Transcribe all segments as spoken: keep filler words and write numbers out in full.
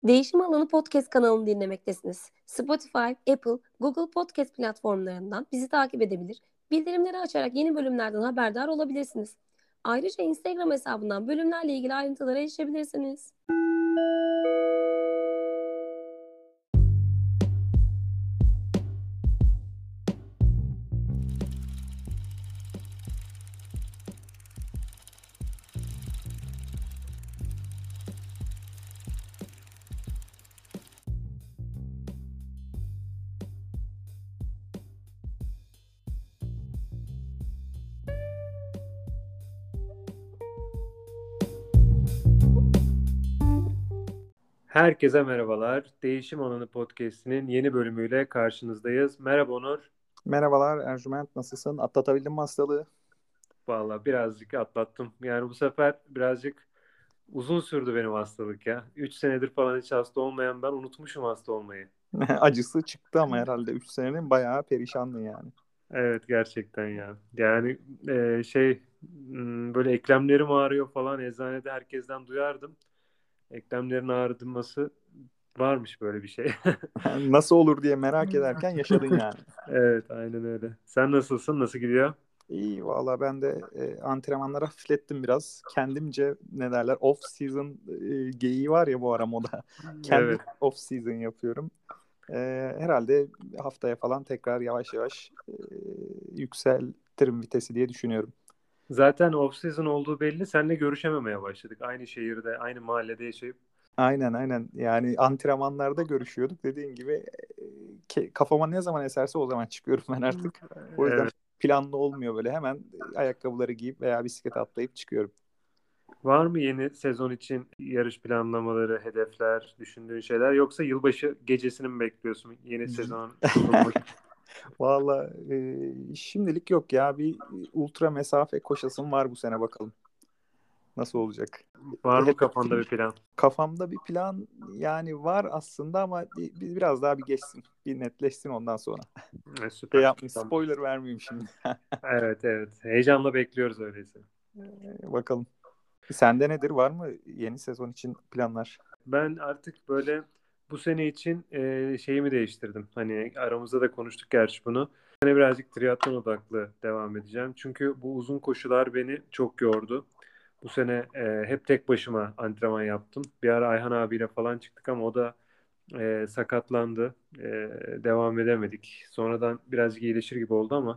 Değişim Alanı Podcast kanalını dinlemektesiniz. Spotify, Apple, Google Podcast platformlarından bizi takip edebilir, bildirimleri açarak yeni bölümlerden haberdar olabilirsiniz. Ayrıca Instagram hesabından bölümlerle ilgili ayrıntılara erişebilirsiniz. Herkese merhabalar. Değişim Alanı Podcast'inin yeni bölümüyle karşınızdayız. Merhaba Onur. Merhabalar Ercüment, nasılsın? Atlatabildin mi hastalığı? Vallahi birazcık atlattım. Yani bu sefer birazcık uzun sürdü benim hastalık ya. Üç senedir falan hiç hasta olmayan ben unutmuşum hasta olmayı. Acısı çıktı ama herhalde üç senenin bayağı perişanlı yani. Evet gerçekten ya. Yani e, şey m, böyle eklemlerim ağrıyor falan eczanede herkesten duyardım. Eklemlerin ağrıması varmış böyle bir şey. Nasıl olur diye merak ederken yaşadın yani. Evet aynen öyle. Sen nasılsın? Nasıl gidiyor? İyi valla ben de e, antrenmanları hafiflettim biraz. Kendimce ne derler off season e, geyiği var ya bu ara moda. Kendim Evet. off season yapıyorum. E, herhalde haftaya falan tekrar yavaş yavaş e, yükseltirim vitesi diye düşünüyorum. Zaten off-season olduğu belli. Seninle görüşememeye başladık. Aynı şehirde, aynı mahallede yaşayıp. Aynen aynen yani antrenmanlarda görüşüyorduk dediğin gibi e, ke- kafama ne zaman eserse o zaman çıkıyorum ben artık. O yüzden Evet. planlı olmuyor böyle hemen e, ayakkabıları giyip veya bisiklete atlayıp çıkıyorum. Var mı yeni sezon için yarış planlamaları, hedefler, düşündüğün şeyler? Yoksa yılbaşı gecesini mi bekliyorsun yeni sezon kurulmak? Valla e, şimdilik yok ya bir ultra mesafe koşasım var bu sene bakalım nasıl olacak. Var mı kafanda Hedefim bir plan? kafamda bir plan yani var aslında ama bir, bir- biraz daha bir geçsin bir netleşsin ondan sonra. E, Şey süper. yapmayayım Tamam. spoiler vermeyeyim şimdi. Evet evet. Heyecanla bekliyoruz öyleyse. Bakalım. Sende nedir? Var mı yeni sezon için planlar? Ben artık böyle bu sene için e, şeyimi değiştirdim. Hani aramızda da konuştuk gerçi bunu. Bu sene birazcık triatlon odaklı devam edeceğim. Çünkü bu uzun koşular beni çok yordu. Bu sene e, hep tek başıma antrenman yaptım. Bir ara Ayhan abiyle falan çıktık ama o da e, sakatlandı. E, devam edemedik. Sonradan birazcık iyileşir gibi oldu ama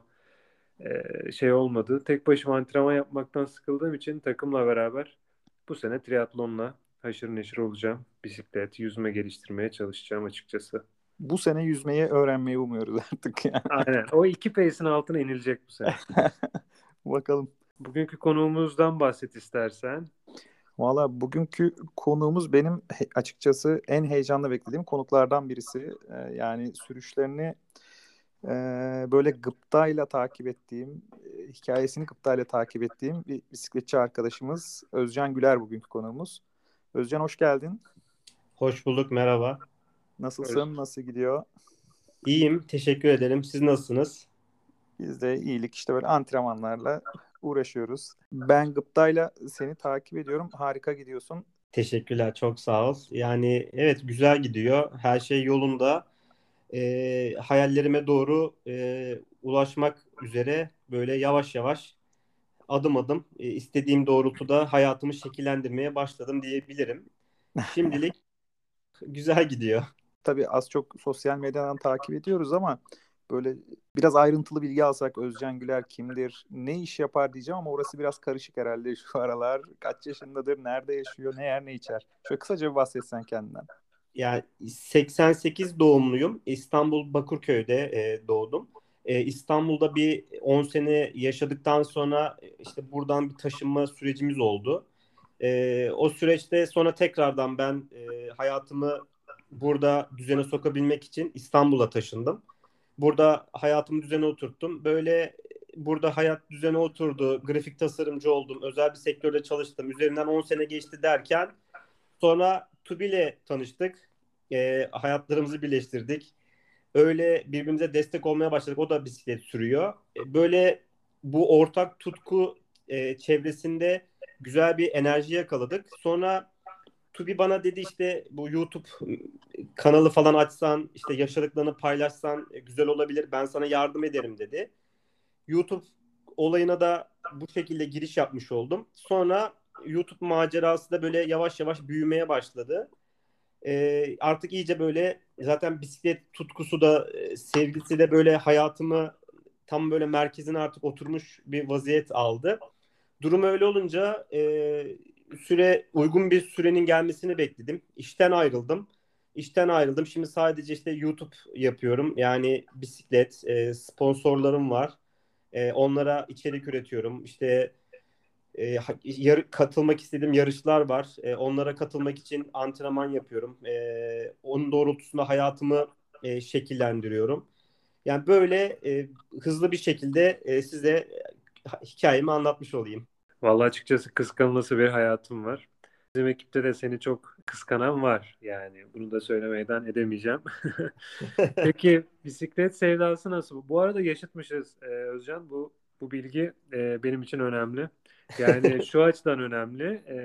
e, şey olmadı. Tek başıma antrenman yapmaktan sıkıldığım için takımla beraber bu sene triatlonla haşır neşir olacağım. Bisiklet, yüzme geliştirmeye çalışacağım açıkçası. Bu sene yüzmeyi öğrenmeyi umuyoruz artık yani. Aynen. O iki pace'in altına inilecek bu sene. Bakalım. Bugünkü konuğumuzdan bahset istersen. Valla bugünkü konuğumuz benim he- açıkçası en heyecanla beklediğim konuklardan birisi. Ee, yani sürüşlerini e, böyle gıptayla takip ettiğim, e, hikayesini gıptayla takip ettiğim bir bisikletçi arkadaşımız Özcan Güler bugünkü konuğumuz. Özcan hoş geldin. Hoş bulduk, merhaba. Nasılsın? Nasıl gidiyor? İyiyim, teşekkür ederim. Siz nasılsınız? Biz de iyilik işte böyle antrenmanlarla uğraşıyoruz. Ben gıptayla seni takip ediyorum. Harika gidiyorsun. Teşekkürler, çok sağ ol. Yani evet, güzel gidiyor. Her şey yolunda. Ee, hayallerime doğru e, ulaşmak üzere böyle yavaş yavaş, adım adım e, istediğim doğrultuda hayatımı şekillendirmeye başladım diyebilirim. Şimdilik güzel gidiyor. Tabii az çok sosyal medyadan takip ediyoruz ama böyle biraz ayrıntılı bilgi alsak Özcan Güler kimdir, ne iş yapar diyeceğim ama orası biraz karışık herhalde şu aralar. Kaç yaşındadır, nerede yaşıyor, ne yer ne içer. Şöyle kısaca bir bahsetsen kendinden. Yani seksen sekiz doğumluyum. İstanbul Bakırköy'de e, doğdum. E, İstanbul'da bir on sene yaşadıktan sonra e, işte buradan bir taşınma sürecimiz oldu. E, o süreçte sonra tekrardan ben e, hayatımı burada düzene sokabilmek için İstanbul'a taşındım. Burada hayatımı düzene oturttum. Böyle burada hayat düzene oturdu. Grafik tasarımcı oldum. Özel bir sektörde çalıştım. Üzerinden on sene geçti derken sonra TÜBİ'le tanıştık. E, hayatlarımızı birleştirdik. Öyle birbirimize destek olmaya başladık. O da bisiklet sürüyor. E, böyle bu ortak tutku e, çevresinde güzel bir enerji yakaladık. Sonra Tubi bana dedi işte bu YouTube kanalı falan açsan, işte yaşadıklarını paylaşsan e, güzel olabilir. Ben sana yardım ederim dedi. YouTube olayına da bu şekilde giriş yapmış oldum. Sonra YouTube macerası da böyle yavaş yavaş büyümeye başladı. Ee, artık iyice böyle zaten bisiklet tutkusu da e, sevgisi de böyle hayatımı tam böyle merkezine artık oturmuş bir vaziyet aldı. Durum öyle olunca e, süre uygun bir sürenin gelmesini bekledim. İşten ayrıldım. İşten ayrıldım. Şimdi sadece işte YouTube yapıyorum. Yani bisiklet, e, sponsorlarım var. E, onlara içerik üretiyorum. İşte e, ha- yar- katılmak istediğim yarışlar var. E, onlara katılmak için antrenman yapıyorum. E, onun doğrultusunda hayatımı e, şekillendiriyorum. Yani böyle e, hızlı bir şekilde e, size e, hikayemi anlatmış olayım. Vallahi açıkçası kıskanılası bir hayatım var. Bizim ekipte de seni çok kıskanan var. Yani bunu da söylemeden edemeyeceğim. Peki bisiklet sevdası nasıl? Bu arada yaşıtmışız e, Özcan. Bu bu bilgi e, benim için önemli. Yani şu açıdan önemli. E,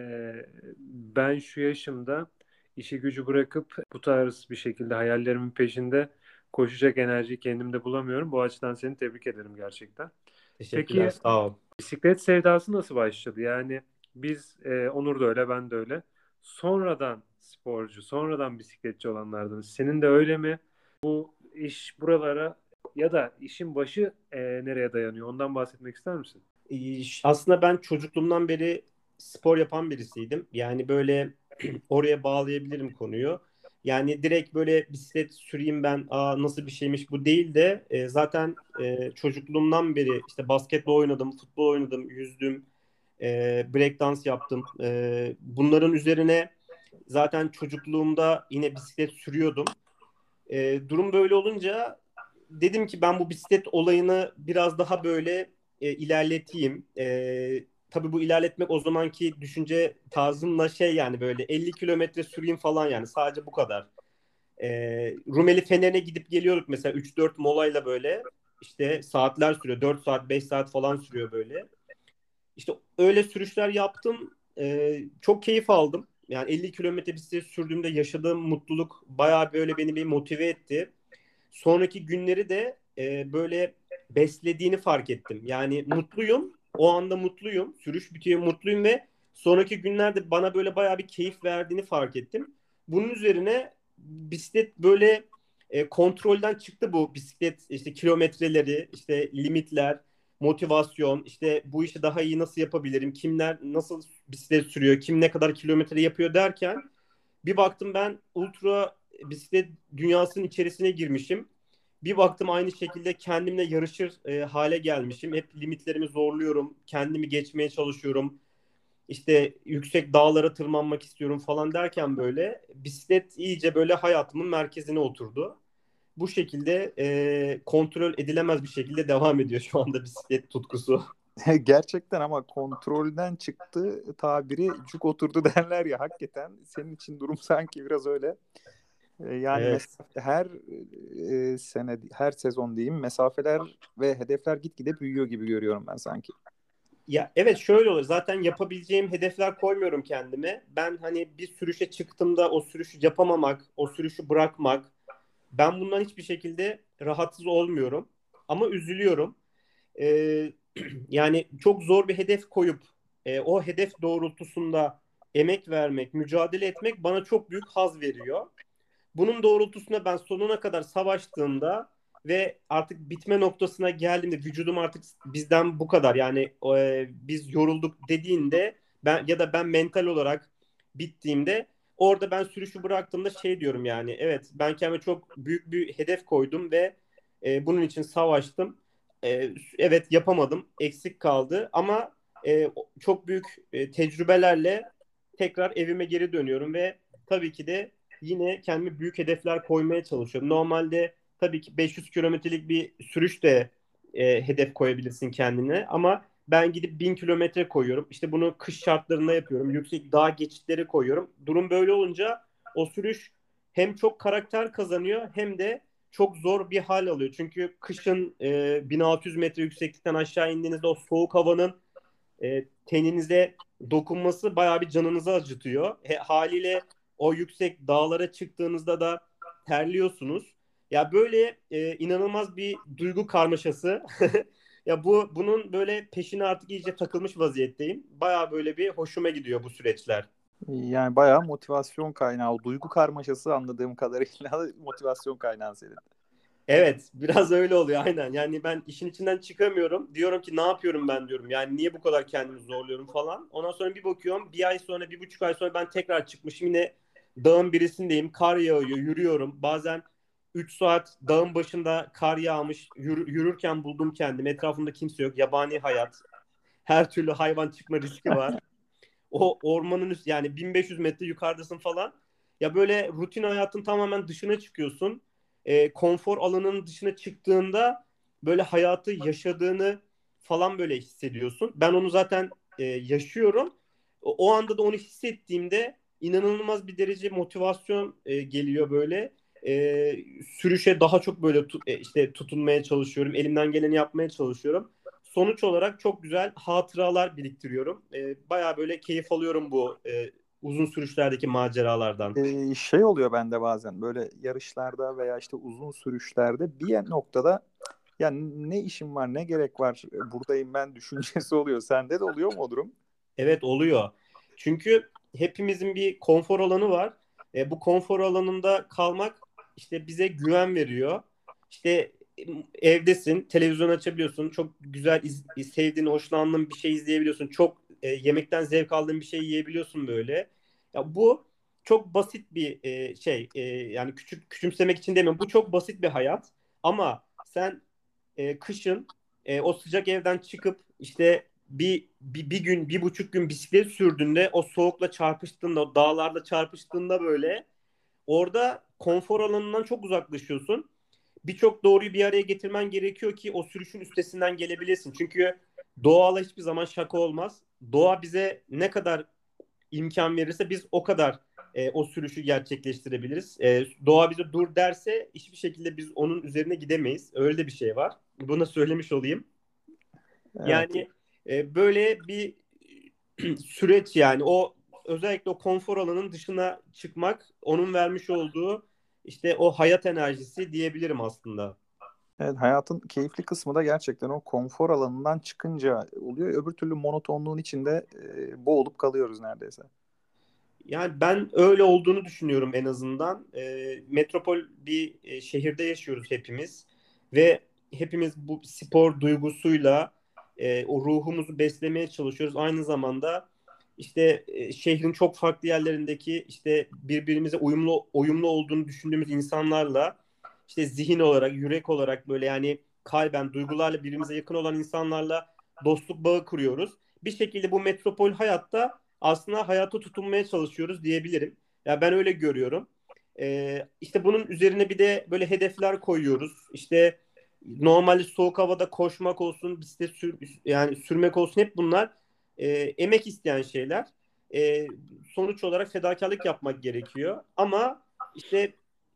ben şu yaşımda işi gücü bırakıp bu tarz bir şekilde hayallerimin peşinde koşacak enerjiyi kendimde bulamıyorum. Bu açıdan seni tebrik ederim gerçekten. Teşekkürler, Peki sağ ol. bisiklet sevdası nasıl başladı? Yani biz, e, Onur da öyle, ben de öyle. Sonradan sporcu, sonradan bisikletçi olanlardan. Senin de öyle mi? Bu iş buralara ya da işin başı e, nereye dayanıyor? Ondan bahsetmek ister misin? Ee, Aslında ben çocukluğumdan beri spor yapan birisiydim. Yani böyle oraya bağlayabilirim konuyu. Yani direkt böyle bisiklet süreyim ben, aa, nasıl bir şeymiş bu değil de e, zaten e, çocukluğumdan beri işte basketbol oynadım, futbol oynadım, yüzdüm, e, breakdance yaptım. E, bunların üzerine zaten çocukluğumda yine bisiklet sürüyordum. E, durum böyle olunca dedim ki ben bu bisiklet olayını biraz daha böyle e, ilerleteyim. E, tabii bu ilerletmek o zamanki düşünce tarzımla şey, yani böyle elli kilometre süreyim falan, yani sadece bu kadar. E, Rumeli Fener'e gidip geliyorduk mesela üç dört molayla, böyle işte saatler sürüyor. dört saat beş saat falan sürüyor böyle. İşte öyle sürüşler yaptım. E, çok keyif aldım. Yani elli kilometre bisiklet sürdüğümde yaşadığım mutluluk bayağı böyle beni bir motive etti. Sonraki günleri de e, böyle beslediğini fark ettim. Yani mutluyum. O anda mutluyum. Sürüş bitiyor, mutluyum ve sonraki günlerde bana böyle bayağı bir keyif verdiğini fark ettim. Bunun üzerine bisiklet böyle e, kontrolden çıktı, bu bisiklet işte kilometreleri, işte limitler, motivasyon, işte bu işi daha iyi nasıl yapabilirim, kimler nasıl bisiklet sürüyor, kim ne kadar kilometre yapıyor derken bir baktım ben ultra bisiklet dünyasının içerisine girmişim. Bir baktım aynı şekilde kendimle yarışır e, hale gelmişim. Hep limitlerimi zorluyorum. Kendimi geçmeye çalışıyorum. İşte yüksek dağlara tırmanmak istiyorum falan derken böyle bisiklet iyice böyle hayatımın merkezine oturdu. Bu şekilde e, kontrol edilemez bir şekilde devam ediyor şu anda bisiklet tutkusu. Gerçekten ama kontrolden çıktı tabiri cuk oturdu derler ya, hakikaten senin için durum sanki biraz öyle. E, Yani Evet. mesafe, her e, sene, her sezon diyeyim, mesafeler ve hedefler gitgide büyüyor gibi görüyorum ben sanki. Ya evet, şöyle olur. Zaten yapabileceğim hedefler koymuyorum kendime. Ben hani bir sürüşe çıktığımda o sürüşü yapamamak, o sürüşü bırakmak, ben bundan hiçbir şekilde rahatsız olmuyorum. Ama üzülüyorum. Ee, Yani çok zor bir hedef koyup e, o hedef doğrultusunda emek vermek, mücadele etmek bana çok büyük haz veriyor. Bunun doğrultusunda ben sonuna kadar savaştığımda ve artık bitme noktasına geldiğimde, vücudum artık bizden bu kadar, yani e, biz yorulduk dediğinde, ben ya da ben mental olarak bittiğimde, orada ben sürüşü bıraktığımda şey diyorum, yani evet ben kendime çok büyük bir hedef koydum ve e, bunun için savaştım. E, evet yapamadım, eksik kaldı ama e, çok büyük e, tecrübelerle tekrar evime geri dönüyorum ve tabii ki de yine kendime büyük hedefler koymaya çalışıyorum. Normalde tabii ki beş yüz kilometrelik bir sürüş de e, hedef koyabilirsin kendine ama ben gidip bin kilometre koyuyorum. İşte bunu kış şartlarında yapıyorum. Yüksek dağ geçitleri koyuyorum. Durum böyle olunca o sürüş hem çok karakter kazanıyor hem de çok zor bir hal alıyor. Çünkü kışın e, bin altı yüz metre yükseklikten aşağı indiğinizde o soğuk havanın e, teninize dokunması bayağı bir canınızı acıtıyor. He, haliyle o yüksek dağlara çıktığınızda da terliyorsunuz. Ya böyle e, inanılmaz bir duygu karmaşası. Ya bu bunun böyle peşine artık iyice takılmış vaziyetteyim. Bayağı böyle bir hoşuma gidiyor bu süreçler. Yani bayağı motivasyon kaynağı. O duygu karmaşası anladığım kadarıyla motivasyon kaynağı senin. Evet, biraz öyle oluyor aynen. Yani ben işin içinden çıkamıyorum. Diyorum ki ne yapıyorum ben diyorum. Yani niye bu kadar kendimi zorluyorum falan. Ondan sonra bir bakıyorum bir ay sonra, bir buçuk ay sonra ben tekrar çıkmışım. Yine dağın birisindeyim. Kar yağıyor, yürüyorum. Bazen üç saat dağın başında kar yağmış. Yürü- yürürken buldum kendimi. Etrafımda kimse yok. Yabani hayat. Her türlü hayvan çıkma riski var. O ormanın üst yani bin beş yüz metre yukarıdasın falan. Ya böyle rutin hayatın tamamen dışına çıkıyorsun. E, konfor alanının dışına çıktığında böyle hayatı yaşadığını falan böyle hissediyorsun. Ben onu zaten e, yaşıyorum. O, o anda da onu hissettiğimde inanılmaz bir derece motivasyon e, geliyor böyle. E, Sürüşe daha çok böyle tu- e, işte tutunmaya çalışıyorum. Elimden geleni yapmaya çalışıyorum. Sonuç olarak çok güzel hatıralar biriktiriyorum. E, bayağı böyle keyif alıyorum bu e, uzun sürüşlerdeki maceralardan. Ee, şey oluyor bende bazen böyle yarışlarda veya işte uzun sürüşlerde bir noktada ya ne işim var ne gerek var buradayım ben düşüncesi oluyor. Sende de oluyor mu o durum? Evet oluyor. Çünkü hepimizin bir konfor alanı var. E, bu konfor alanında kalmak işte bize güven veriyor. İşte e, evdesin, televizyon açabiliyorsun. Çok güzel iz- sevdiğin, hoşlandığın bir şey izleyebiliyorsun. Çok e, yemekten zevk aldığın bir şey yiyebiliyorsun böyle. Ya bu çok basit bir e, şey. E, yani küçük küçümsemek için demiyorum. Bu çok basit bir hayat. Ama sen e, kışın e, o sıcak evden çıkıp işte bir, bir bir gün bir buçuk gün bisiklet sürdüğünde o soğukla çarpıştığında o dağlarda çarpıştığında böyle orada konfor alanından çok uzaklaşıyorsun. Birçok doğruyu bir araya getirmen gerekiyor ki o sürüşün üstesinden gelebilesin. Çünkü doğayla hiçbir zaman şaka olmaz. Doğa bize ne kadar imkan verirse biz o kadar e, o sürüşü gerçekleştirebiliriz. E, doğa bize dur derse hiçbir şekilde biz onun üzerine gidemeyiz. Öyle de bir şey var. Bunu söylemiş olayım. Evet. Yani e, böyle bir süreç yani o özellikle o konfor alanının dışına çıkmak onun vermiş olduğu işte o hayat enerjisi diyebilirim aslında. Evet, hayatın keyifli kısmı da gerçekten o konfor alanından çıkınca oluyor. Öbür türlü monotonluğun içinde e, boğulup kalıyoruz neredeyse. Yani ben öyle olduğunu düşünüyorum en azından. E, metropol bir e, şehirde yaşıyoruz hepimiz ve hepimiz bu spor duygusuyla e, o ruhumuzu beslemeye çalışıyoruz. Aynı zamanda işte e, şehrin çok farklı yerlerindeki işte birbirimize uyumlu uyumlu olduğunu düşündüğümüz insanlarla işte zihin olarak, yürek olarak böyle yani kalben, duygularla birbirimize yakın olan insanlarla dostluk bağı kuruyoruz. Bir şekilde bu metropol hayatta aslında hayata tutunmaya çalışıyoruz diyebilirim. Ya ben öyle görüyorum. Ee, işte bunun üzerine bir de böyle hedefler koyuyoruz. İşte normalde soğuk havada koşmak olsun, bisiklet sür, yani sürmek olsun hep bunlar e, emek isteyen şeyler. E, Sonuç olarak fedakarlık yapmak gerekiyor. Ama işte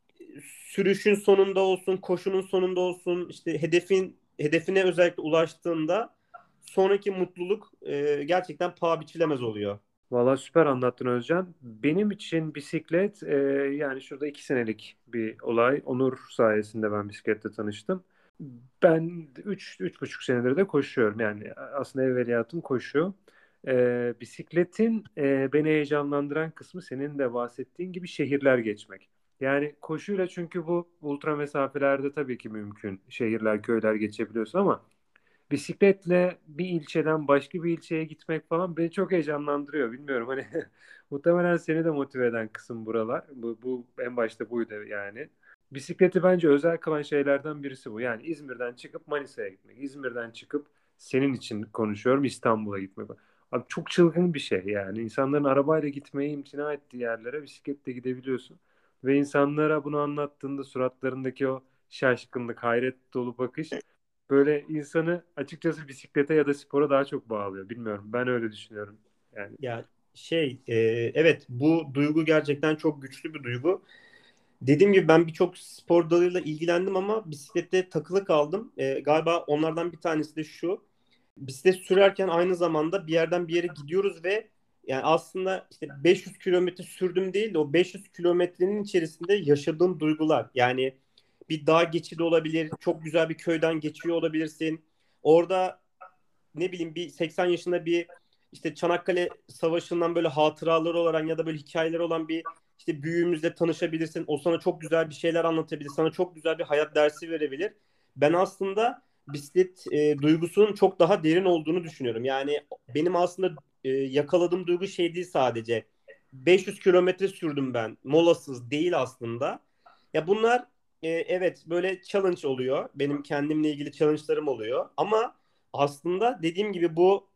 sürüşün sonunda olsun, koşunun sonunda olsun, işte hedefin hedefine özellikle ulaştığında sonraki mutluluk e, gerçekten paha biçilemez oluyor. Valla süper anlattın Özcan. Benim için bisiklet e, yani şurada iki senelik bir olay. Onur sayesinde ben bisikletle tanıştım. Ben üç, üç buçuk senedir de koşuyorum. Yani aslında evveliyatım koşu. E, bisikletin e, beni heyecanlandıran kısmı senin de bahsettiğin gibi şehirler geçmek. Yani koşuyla çünkü bu ultra mesafelerde tabii ki mümkün. Şehirler, köyler geçebiliyorsun ama bisikletle bir ilçeden başka bir ilçeye gitmek falan beni çok heyecanlandırıyor. Bilmiyorum hani muhtemelen seni de motive eden kısım buralar. Bu, bu en başta buydu yani. Bisikleti bence özel kılan şeylerden birisi bu. Yani İzmir'den çıkıp Manisa'ya gitmek. İzmir'den çıkıp senin için konuşuyorum İstanbul'a gitmek. Abi çok çılgın bir şey yani. İnsanların arabayla gitmeyi imtina ettiği yerlere bisikletle gidebiliyorsun. Ve insanlara bunu anlattığında suratlarındaki o şaşkınlık, hayret dolu bakış böyle insanı açıkçası bisiklete ya da spora daha çok bağlıyor. Bilmiyorum. Ben öyle düşünüyorum. Yani Ya şey e, evet bu duygu gerçekten çok güçlü bir duygu. Dediğim gibi ben birçok spor dalıyla ilgilendim ama bisiklette takılı kaldım. E, galiba onlardan bir tanesi de şu. Bisiklet sürerken aynı zamanda bir yerden bir yere gidiyoruz ve Yani aslında işte beş yüz kilometre sürdüm değil de o beş yüz kilometrenin içerisinde yaşadığım duygular. Yani bir dağ geçidi olabilir, çok güzel bir köyden geçiyor olabilirsin. Orada ne bileyim bir seksen yaşında bir işte Çanakkale Savaşı'ndan böyle hatıraları olan ya da böyle hikayeleri olan bir işte büyüğümüzle tanışabilirsin. O sana çok güzel bir şeyler anlatabilir. Sana çok güzel bir hayat dersi verebilir. Ben aslında bisiklet e, duygusunun çok daha derin olduğunu düşünüyorum. Yani benim aslında e, yakaladığım duygu şey değil sadece. beş yüz kilometre sürdüm ben. Molasız değil aslında. Ya bunlar e, evet böyle challenge oluyor. Benim kendimle ilgili challenge'larım oluyor. Ama aslında dediğim gibi bu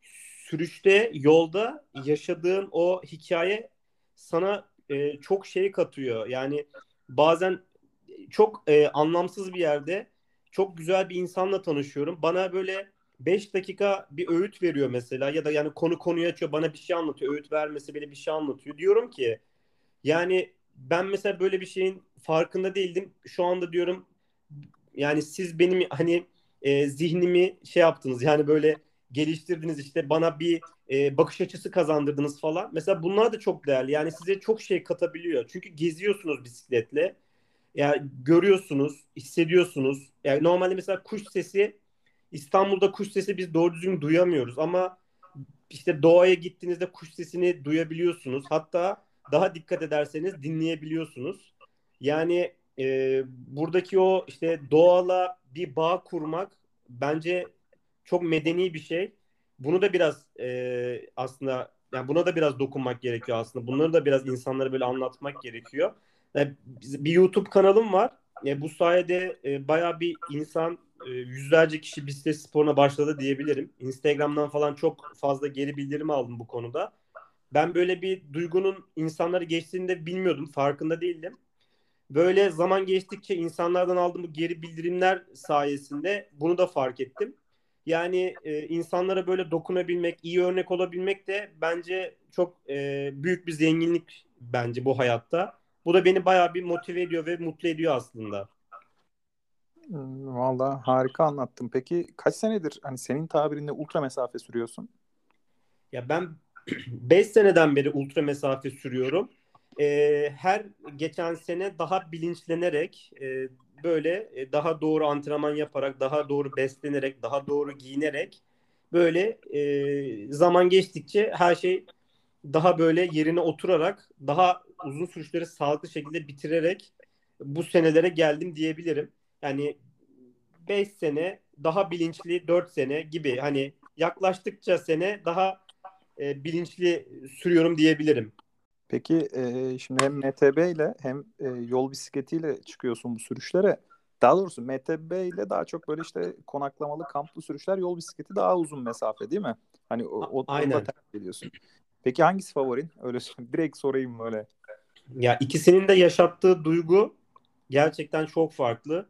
sürüşte, yolda yaşadığın o hikaye sana e, çok şey katıyor. Yani bazen çok e, anlamsız bir yerde çok güzel bir insanla tanışıyorum. Bana böyle beş dakika bir öğüt veriyor mesela ya da yani konu konuyu açıyor, bana bir şey anlatıyor. Öğüt vermesi bile bir şey anlatıyor. Diyorum ki yani ben mesela böyle bir şeyin farkında değildim. Şu anda diyorum yani siz benim hani e, zihnimi şey yaptınız yani böyle geliştirdiniz işte bana bir e, bakış açısı kazandırdınız falan. Mesela bunlar da çok değerli. Yani size çok şey katabiliyor. Çünkü geziyorsunuz bisikletle. Yani görüyorsunuz, hissediyorsunuz. Yani normalde mesela kuş sesi İstanbul'da kuş sesi biz doğru düzgün duyamıyoruz ama işte doğaya gittiğinizde kuş sesini duyabiliyorsunuz. Hatta daha dikkat ederseniz dinleyebiliyorsunuz. Yani e, buradaki o işte doğala bir bağ kurmak bence çok medeni bir şey. Bunu da biraz e, aslında yani buna da biraz dokunmak gerekiyor aslında. Bunları da biraz insanlara böyle anlatmak gerekiyor. Yani bir YouTube kanalım var. E, bu sayede e, bayağı bir insan e, yüzlerce kişi bisiklet sporuna başladı diyebilirim. Instagram'dan falan çok fazla geri bildirim aldım bu konuda. Ben böyle bir duygunun insanları geçtiğini de bilmiyordum, farkında değildim. Böyle zaman geçtikçe insanlardan aldığım bu geri bildirimler sayesinde bunu da fark ettim. Yani e, insanlara böyle dokunabilmek, iyi örnek olabilmek de bence çok e, büyük bir zenginlik bence bu hayatta. Bu da beni bayağı bir motive ediyor ve mutlu ediyor aslında. Hmm, Valla harika anlattın. Peki kaç senedir hani senin tabirinde ultra mesafe sürüyorsun? Ya ben beş seneden beri ultra mesafe sürüyorum. Ee, her geçen sene daha bilinçlenerek e, böyle e, daha doğru antrenman yaparak, daha doğru beslenerek, daha doğru giyinerek böyle e, zaman geçtikçe her şey daha böyle yerine oturarak, daha uzun sürüşleri sağlıklı şekilde bitirerek bu senelere geldim diyebilirim. Yani beş sene, daha bilinçli dört sene gibi hani yaklaştıkça sene daha e, bilinçli sürüyorum diyebilirim. Peki e, şimdi hem M T B ile hem e, yol bisikletiyle çıkıyorsun bu sürüşlere. Daha doğrusu M T B ile daha çok böyle işte konaklamalı kamplı sürüşler, yol bisikleti daha uzun mesafe değil mi? Hani o, A- o- onu da aynen. tercih ediyorsun. Peki hangisi favorin? Öyle direkt sorayım böyle. Ya ikisinin de yaşattığı duygu gerçekten çok farklı.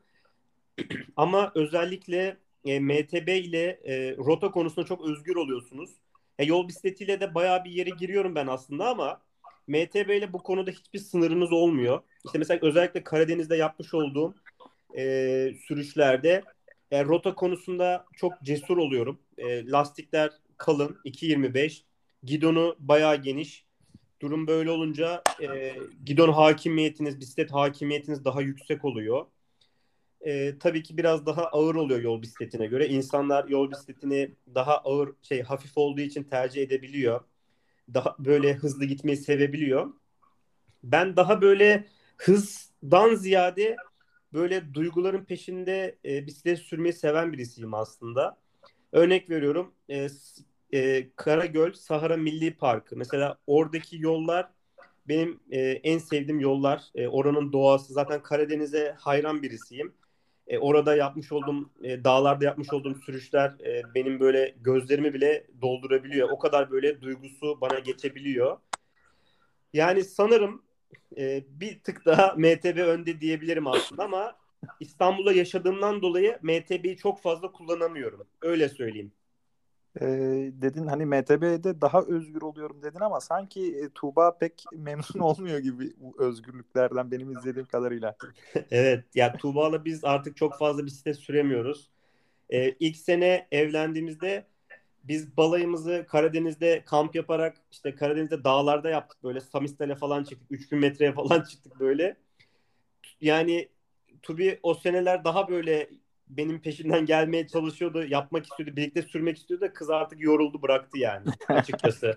Ama özellikle e, M T B ile e, rota konusunda çok özgür oluyorsunuz. E, yol bisikletiyle de bayağı bir yere giriyorum ben aslında ama M T B ile bu konuda hiçbir sınırınız olmuyor. İşte mesela özellikle Karadeniz'de yapmış olduğum e, sürüşlerde e, rota konusunda çok cesur oluyorum. E, lastikler kalın iki yirmi beş, gidonu bayağı geniş. Durum böyle olunca e, gidon hakimiyetiniz, bisiklet hakimiyetiniz daha yüksek oluyor. E, tabii ki biraz daha ağır oluyor yol bisikletine göre. İnsanlar yol bisikletini daha ağır, şey hafif olduğu için tercih edebiliyor. Daha böyle hızlı gitmeyi sevebiliyor. Ben daha böyle hızdan ziyade böyle duyguların peşinde e, bisiklet sürmeyi seven birisiyim aslında. Örnek veriyorum e, e, Karagöl Sahara Milli Parkı. Mesela oradaki yollar benim e, en sevdiğim yollar. E, oranın doğası. Zaten Karadeniz'e hayran birisiyim. E, orada yapmış olduğum, e, dağlarda yapmış olduğum sürüşler e, benim böyle gözlerimi bile doldurabiliyor. O kadar böyle duygusu bana geçebiliyor. Yani sanırım e, bir tık daha M T B önde diyebilirim aslında ama İstanbul'da yaşadığımdan dolayı M T B'yi çok fazla kullanamıyorum. Öyle söyleyeyim. E, dedin hani M T B'de daha özgür oluyorum dedin ama sanki e, Tuğba pek memnun olmuyor gibi bu özgürlüklerden benim izlediğim kadarıyla. Evet, ya Tuğba'la biz artık çok fazla bisiklet süremiyoruz. Ee, ilk sene evlendiğimizde Biz balayımızı Karadeniz'de kamp yaparak işte Karadeniz'de dağlarda yaptık, böyle Samistel'e falan çıktık. üç bin metreye falan çıktık böyle. Yani Tubi o seneler daha böyle benim peşimden gelmeye çalışıyordu. Yapmak istiyordu. Birlikte sürmek istiyordu da kız artık yoruldu, bıraktı yani açıkçası.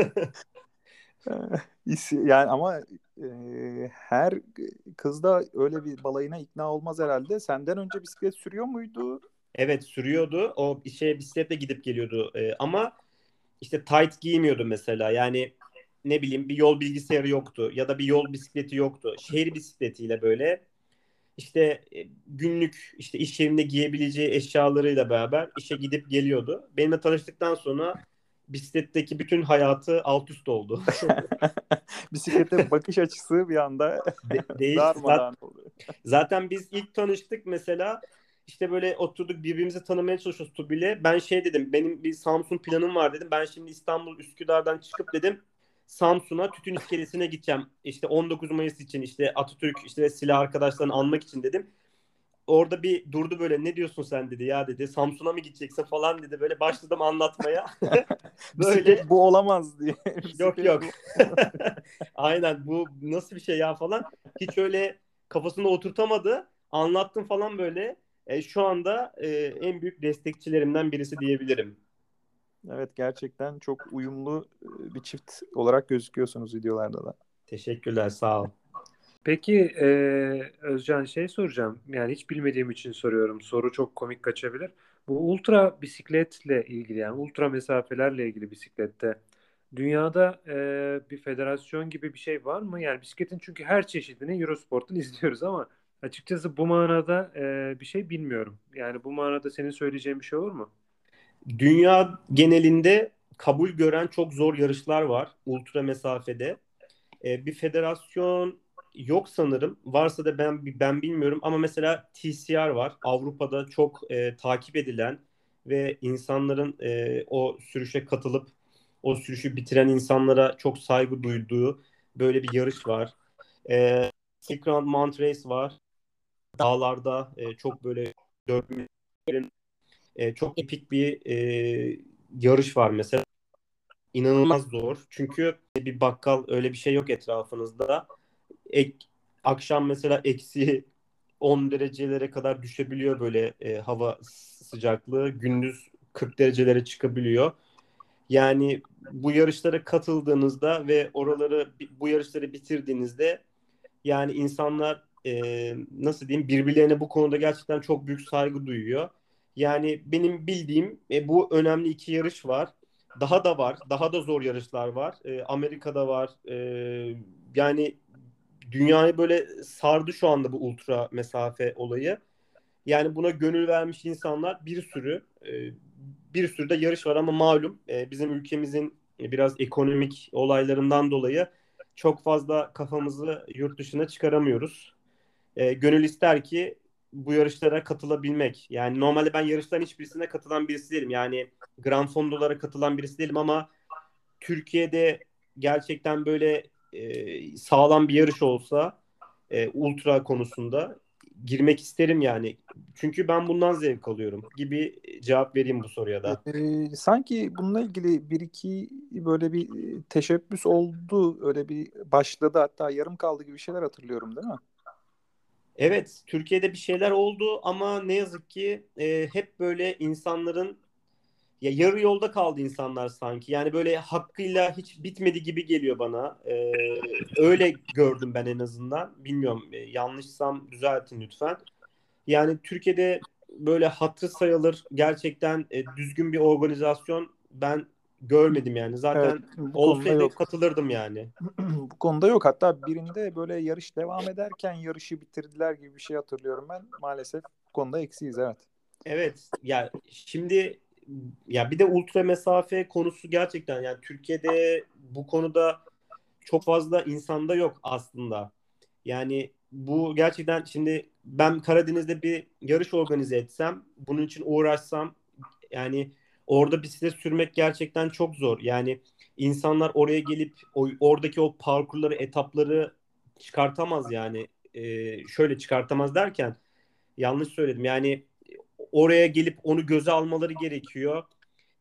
İs- Yani ama e, her kız da öyle bir balayına ikna olmaz herhalde. Senden önce bisiklet sürüyor muydu? Evet, sürüyordu. O işe bisikletle gidip geliyordu. Ee, ama işte tight giymiyordu mesela. Yani ne bileyim, bir yol bilgisayarı yoktu ya da bir yol bisikleti yoktu. Şehir bisikletiyle böyle işte e, günlük işte iş yerinde giyebileceği eşyalarıyla beraber işe gidip geliyordu. Benimle tanıştıktan sonra bisikletteki bütün hayatı alt üst oldu. Bisiklete bakış açısı bir anda De- değişti. Zat- darmadağın oluyor. Zaten biz ilk tanıştık mesela, işte böyle oturduk birbirimizi tanımaya çalışıyoruz Tubi'yle. Ben şey dedim, benim bir Samsun planım var dedim. Ben şimdi İstanbul Üsküdar'dan çıkıp dedim Samsun'a Tütün İskelesi'ne gideceğim. İşte on dokuz Mayıs için, işte Atatürk işte silah arkadaşlarını anmak için dedim. Orada bir durdu, böyle ne diyorsun sen dedi, ya dedi Samsun'a mı gideceksin falan dedi. Böyle başladım anlatmaya. Böyle Bisiklet bu olamaz diye. yok Bisiklet yok. bu. Aynen, bu nasıl bir şey ya falan. Hiç öyle kafasında oturtamadı. Anlattım falan böyle. E, şu anda e, en büyük destekçilerimden birisi diyebilirim. Evet, gerçekten çok uyumlu e, bir çift olarak gözüküyorsunuz videolarda da. Teşekkürler, sağ ol. Peki e, Özcan, şey soracağım. Yani hiç bilmediğim için soruyorum. Soru çok komik kaçabilir. Bu ultra bisikletle ilgili, yani ultra mesafelerle ilgili bisiklette dünyada e, bir federasyon gibi bir şey var mı? Yani bisikletin, çünkü her çeşidini Eurosport'tan izliyoruz ama açıkçası bu manada e, bir şey bilmiyorum. Yani bu manada senin söyleyeceğin bir şey olur mu? Dünya genelinde kabul gören çok zor yarışlar var ultra mesafede. E, bir federasyon yok sanırım. Varsa da ben ben bilmiyorum ama mesela T C R var. Avrupa'da çok e, takip edilen ve insanların e, o sürüşe katılıp o sürüşü bitiren insanlara çok saygı duyduğu böyle bir yarış var. E, Silk Road Mount Race var. Dağlarda e, çok böyle dört bin e, çok epik bir e, yarış var mesela. İnanılmaz zor. Çünkü bir bakkal, öyle bir şey yok etrafınızda. Ek, akşam mesela eksi on derecelere kadar düşebiliyor böyle e, hava sıcaklığı. Gündüz kırk derecelere çıkabiliyor. Yani bu yarışlara katıldığınızda ve oraları bu yarışları bitirdiğinizde yani insanlar e, nasıl diyeyim, birbirlerine bu konuda gerçekten çok büyük saygı duyuyor. Yani benim bildiğim e, bu önemli iki yarış var. Daha da var. Daha da zor yarışlar var. E, Amerika'da var. E, yani dünyayı böyle sardı şu anda bu ultra mesafe olayı. Yani buna gönül vermiş insanlar bir sürü. E, bir sürü de yarış var ama malum e, bizim ülkemizin biraz ekonomik olaylarından dolayı çok fazla kafamızı yurt dışına çıkaramıyoruz. E, gönül ister ki bu yarışlara katılabilmek. Yani normalde ben yarışların hiçbirisine katılan birisi değilim. Yani Grand Fondo'lara katılan birisi değilim ama Türkiye'de gerçekten böyle e, sağlam bir yarış olsa e, ultra konusunda girmek isterim yani. Çünkü ben bundan zevk alıyorum gibi cevap vereyim bu soruya da. Ee, sanki bununla ilgili bir iki böyle bir e, teşebbüs oldu. Öyle bir başladı, hatta yarım kaldı gibi şeyler hatırlıyorum, değil mi? Evet, Türkiye'de bir şeyler oldu ama ne yazık ki e, hep böyle insanların, ya yarı yolda kaldı insanlar sanki. Yani böyle hakkıyla hiç bitmedi gibi geliyor bana. E, öyle gördüm ben en azından. Bilmiyorum, e, yanlışsam düzeltin lütfen. Yani Türkiye'de böyle hatırı sayılır gerçekten e, düzgün bir organizasyon ben görmedim yani. Evet, Zaten bu konuda olsaydı yok. katılırdım yani. Bu konuda yok. Hatta birinde böyle yarış devam ederken yarışı bitirdiler gibi bir şey hatırlıyorum ben. Maalesef bu konuda eksiyiz, evet. Evet ya, şimdi ya bir de ultra mesafe konusu gerçekten, yani Türkiye'de bu konuda çok fazla insanda yok aslında. Yani bu gerçekten, şimdi ben Karadeniz'de bir yarış organize etsem, bunun için uğraşsam, yani orada bisiklet sürmek gerçekten çok zor. Yani insanlar oraya gelip o, oradaki o parkurları, etapları çıkartamaz yani. Ee, şöyle çıkartamaz derken yanlış söyledim. Yani oraya gelip onu göze almaları gerekiyor.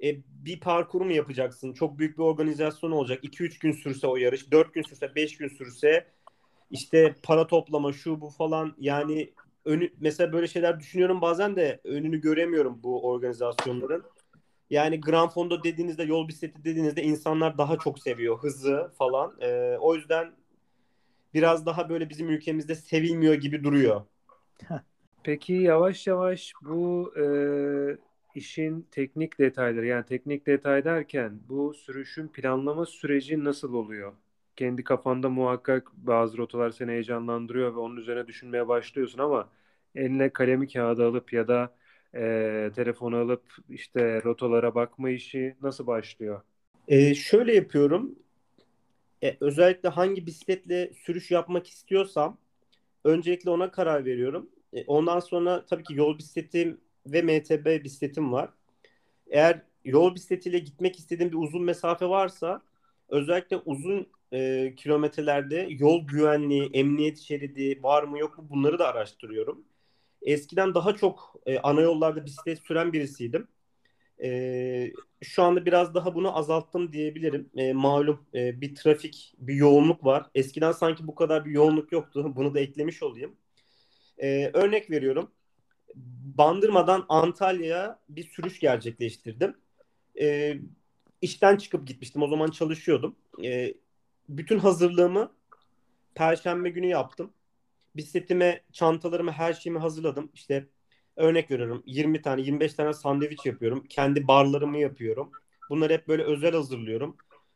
E, bir parkur mu yapacaksın? Çok büyük bir organizasyon olacak. iki üç gün sürse o yarış, dört gün sürse, beş gün sürse işte para toplama şu bu falan yani önü, mesela böyle şeyler düşünüyorum bazen de önünü göremiyorum bu organizasyonların. Yani Gran Fondo dediğinizde, yol bisikleti dediğinizde insanlar daha çok seviyor hızı falan. E, o yüzden biraz daha böyle bizim ülkemizde sevilmiyor gibi duruyor. Peki yavaş yavaş bu e, işin teknik detayları, yani teknik detay derken bu sürüşün planlama süreci nasıl oluyor? Kendi kafanda muhakkak bazı rotalar seni heyecanlandırıyor ve onun üzerine düşünmeye başlıyorsun ama eline kalemi kağıdı alıp ya da e, telefonu alıp işte rotalara bakma işi nasıl başlıyor? E, şöyle yapıyorum. E, özellikle hangi bisikletle sürüş yapmak istiyorsam öncelikle ona karar veriyorum. E, ondan sonra tabii ki yol bisikletim ve M T B bisikletim var. Eğer yol bisikletiyle gitmek istediğim bir uzun mesafe varsa özellikle uzun e, kilometrelerde yol güvenliği, emniyet şeridi var mı yok mu bunları da araştırıyorum. Eskiden daha çok e, ana yollarda bisiklet süren birisiydim. E, Şu anda biraz daha bunu azalttım diyebilirim. E, malum e, bir trafik, bir yoğunluk var. Eskiden sanki bu kadar bir yoğunluk yoktu. Bunu da eklemiş olayım. E, örnek veriyorum. Bandırma'dan Antalya'ya bir sürüş gerçekleştirdim. E, işten çıkıp gitmiştim. O zaman çalışıyordum. E, bütün hazırlığımı Perşembe günü yaptım. Bisikletime, çantalarımı, her şeyimi hazırladım. İşte örnek veriyorum yirmi tane, yirmi beş tane sandviç yapıyorum. Kendi barlarımı yapıyorum. Bunları hep böyle özel hazırlıyorum.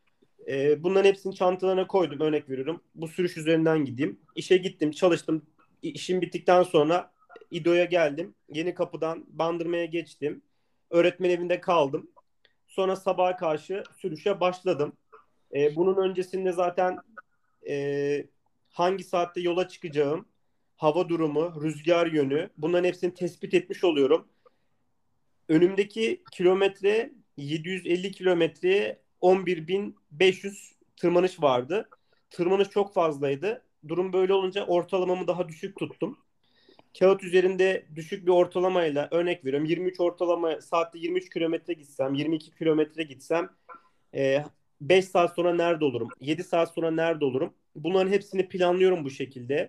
E, bunların hepsini çantalarına koydum. Örnek veriyorum. Bu sürüş üzerinden gideyim. İşe gittim, çalıştım. İşim bittikten sonra İdo'ya geldim. Yeni kapıdan Bandırma'ya geçtim. Öğretmen evinde kaldım. Sonra sabaha karşı sürüşe başladım. E, bunun öncesinde zaten e, hangi saatte yola çıkacağım, hava durumu, rüzgar yönü bunların hepsini tespit etmiş oluyorum. Önümdeki kilometre yedi yüz elli kilometreye on bir bin beş yüz tırmanış vardı. Tırmanış çok fazlaydı. Durum böyle olunca ortalamamı daha düşük tuttum. Kağıt üzerinde düşük bir ortalamayla örnek veriyorum. yirmi üç ortalama saatte yirmi üç kilometre gitsem, yirmi iki kilometre gitsem e, beş saat sonra nerede olurum? yedi saat sonra nerede olurum? Bunların hepsini planlıyorum bu şekilde.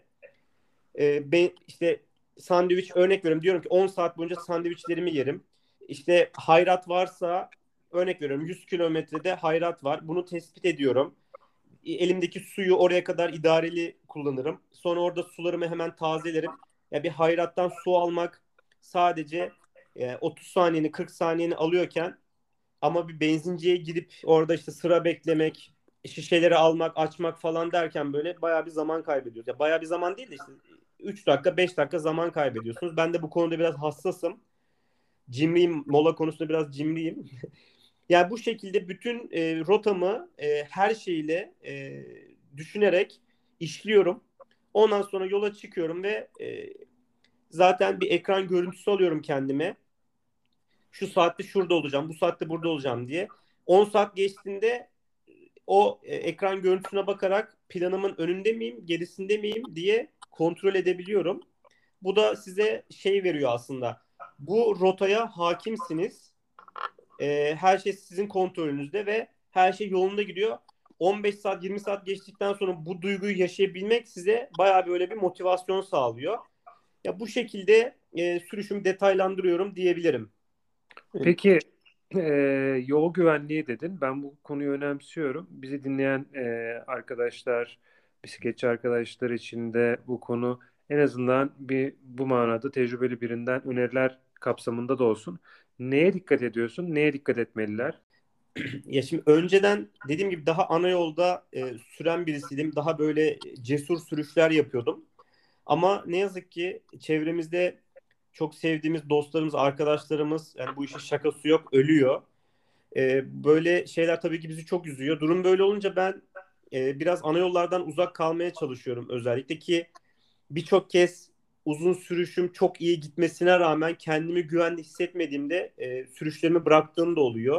E, ben işte sandviç örnek veriyorum. Diyorum ki on saat boyunca sandviçlerimi yerim. İşte hayrat varsa örnek veriyorum yüz kilometrede hayrat var. Bunu tespit ediyorum. E, Elimdeki suyu oraya kadar idareli kullanırım. Sonra orada sularımı hemen tazelerim. Ya bir hayrattan su almak sadece e, otuz saniyeni kırk saniyeni alıyorken ama bir benzinciye gidip orada işte sıra beklemek, şişeleri almak, açmak falan derken böyle bayağı bir zaman kaybediyoruz. Ya bayağı bir zaman değil de işte üç dakika, beş dakika zaman kaybediyorsunuz. Ben de bu konuda biraz hassasım. Cimriyim, mola konusunda biraz cimriyim. Yani bu şekilde bütün e, rotamı e, her şeyle e, düşünerek işliyorum. Ondan sonra yola çıkıyorum ve e, zaten bir ekran görüntüsü alıyorum kendime. Şu saatte şurada olacağım, bu saatte burada olacağım diye. on saat geçtiğinde o e, ekran görüntüsüne bakarak planımın önünde miyim, gerisinde miyim diye kontrol edebiliyorum. Bu da size şey veriyor aslında. Bu rotaya hakimsiniz. E, her şey sizin kontrolünüzde ve her şey yolunda gidiyor. on beş saat, yirmi saat geçtikten sonra bu duyguyu yaşayabilmek size bayağı böyle bir motivasyon sağlıyor. Ya bu şekilde e, sürüşümü detaylandırıyorum diyebilirim. Peki e, yol güvenliği dedin. Ben bu konuyu önemsiyorum. Bizi dinleyen e, arkadaşlar, bisikletçi arkadaşlar için de bu konu en azından bir bu manada tecrübeli birinden öneriler kapsamında da olsun. Neye dikkat ediyorsun? Neye dikkat etmeliler? Ya şimdi önceden dediğim gibi daha ana yolda e, süren birisiydim. Daha böyle cesur sürüşler yapıyordum. Ama ne yazık ki çevremizde çok sevdiğimiz dostlarımız, arkadaşlarımız yani bu işin şakası yok ölüyor. E, böyle şeyler tabii ki bizi çok üzüyor. Durum böyle olunca ben e, biraz ana yollardan uzak kalmaya çalışıyorum özellikle ki birçok kez uzun sürüşüm çok iyi gitmesine rağmen kendimi güvende hissetmediğimde e, sürüşlerimi bıraktığım da oluyor.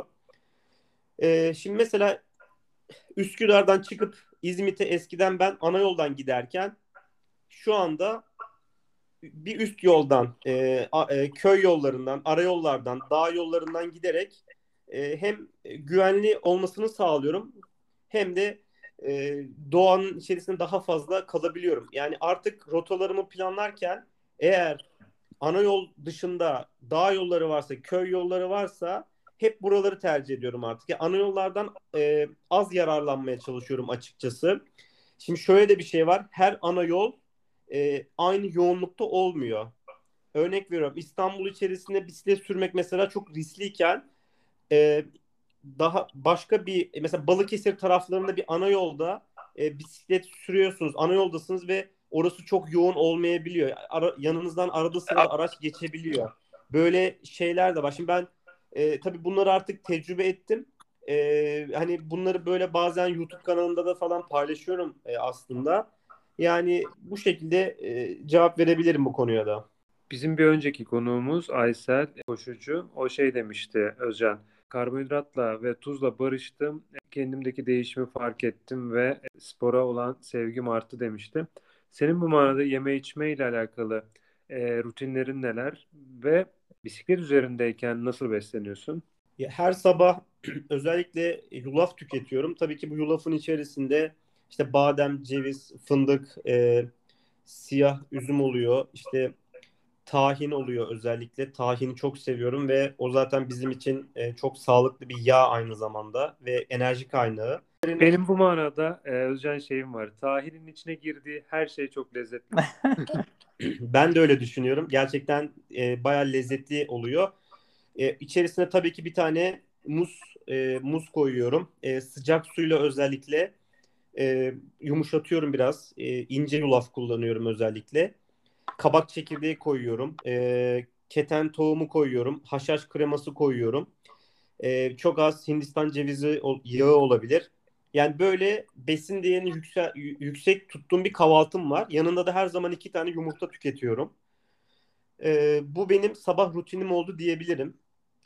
E, şimdi mesela Üsküdar'dan çıkıp İzmit'e eskiden ben ana yoldan giderken şu anda bir üst yoldan, e, a- e, köy yollarından, arayollardan, dağ yollarından giderek e, hem güvenli olmasını sağlıyorum hem de e, doğanın içerisinde daha fazla kalabiliyorum. Yani artık rotalarımı planlarken eğer ana yol dışında dağ yolları varsa, köy yolları varsa hep buraları tercih ediyorum artık. Yani ana yollardan e, az yararlanmaya çalışıyorum açıkçası. Şimdi şöyle de bir şey var. Her ana yol e, aynı yoğunlukta olmuyor. Örnek veriyorum, İstanbul içerisinde bisiklet sürmek mesela çok riskliyken e, daha başka bir e, mesela Balıkesir taraflarında bir ana yolda e, bisiklet sürüyorsunuz. Ana yoldasınız ve orası çok yoğun olmayabiliyor. Ara, yanınızdan arada sırada araç geçebiliyor. Böyle şeyler de var. Şimdi ben e, tabii bunları artık tecrübe ettim. E, hani bunları böyle bazen YouTube kanalında da falan paylaşıyorum e, aslında. Yani bu şekilde e, cevap verebilirim bu konuya da. Bizim bir önceki konuğumuz Aysel koşucu. O şey demişti Özcan. Karbonhidratla ve tuzla barıştım. Kendimdeki değişimi fark ettim ve spora olan sevgim arttı demişti. Senin bu manada yeme içme ile alakalı e, rutinlerin neler ve bisiklet üzerindeyken nasıl besleniyorsun? Ya her sabah özellikle yulaf tüketiyorum. Tabii ki bu yulafın içerisinde işte badem, ceviz, fındık, e, siyah üzüm oluyor. İşte tahin oluyor özellikle. Tahini çok seviyorum ve o zaten bizim için e, çok sağlıklı bir yağ aynı zamanda ve enerji kaynağı. Benim bu manada e, Özcan şeyim var. Tahinin içine girdiği her şey çok lezzetli. Ben de öyle düşünüyorum. Gerçekten e, bayağı lezzetli oluyor. E, içerisine tabii ki bir tane muz e, muz koyuyorum. E, sıcak suyla özellikle e, yumuşatıyorum biraz. E, ince yulaf kullanıyorum özellikle. Kabak çekirdeği koyuyorum. E, keten tohumu koyuyorum. Haşhaş kreması koyuyorum. E, çok az Hindistan cevizi ol- yağı olabilir. Yani böyle besin değerini yüksek, yüksek tuttuğum bir kahvaltım var. Yanında da her zaman iki tane yumurta tüketiyorum. E, bu benim sabah rutinim oldu diyebilirim.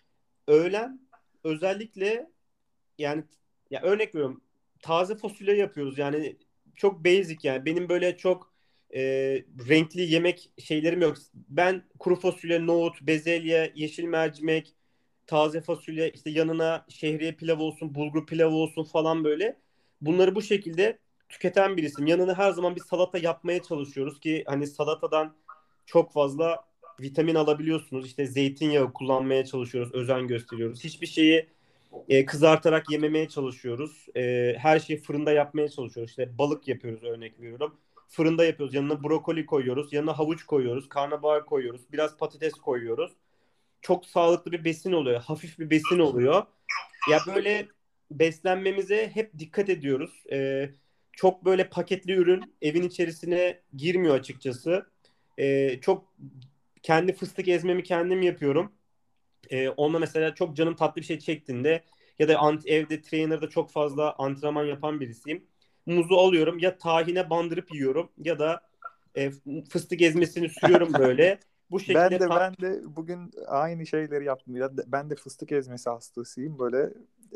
Öğlen özellikle yani ya örnek veriyorum, taze fasulye yapıyoruz yani çok basic, yani benim böyle çok e, renkli yemek şeylerim yok. Ben kuru fasulye, nohut, bezelye, yeşil mercimek, taze fasulye, işte yanına şehriye pilav olsun, bulgur pilavı olsun falan, böyle bunları bu şekilde tüketen birisiyim. Yanına her zaman bir salata yapmaya çalışıyoruz ki hani salatadan çok fazla vitamin alabiliyorsunuz. İşte zeytinyağı kullanmaya çalışıyoruz, özen gösteriyoruz. Hiçbir şeyi e, kızartarak yememeye çalışıyoruz. E, her şeyi fırında yapmaya çalışıyoruz. İşte balık yapıyoruz, örnek veriyorum. Fırında yapıyoruz. Yanına brokoli koyuyoruz. Yanına havuç koyuyoruz. Karnabahar koyuyoruz. Biraz patates koyuyoruz. Çok sağlıklı bir besin oluyor. Hafif bir besin oluyor. Ya böyle beslenmemize hep dikkat ediyoruz. E, çok böyle paketli ürün evin içerisine girmiyor açıkçası. E, çok kendi fıstık ezmemi kendim yapıyorum. Ee, onunla mesela çok canım tatlı bir şey çektiğinde ya da ant- evde trainer'da çok fazla antrenman yapan birisiyim. Muzu alıyorum, ya tahine bandırıp yiyorum ya da e, fıstık ezmesini sürüyorum böyle. Bu Ben şekilde de tat. ben de bugün aynı şeyleri yaptım. Ya de- ben de fıstık ezmesi hastasıyım. Böyle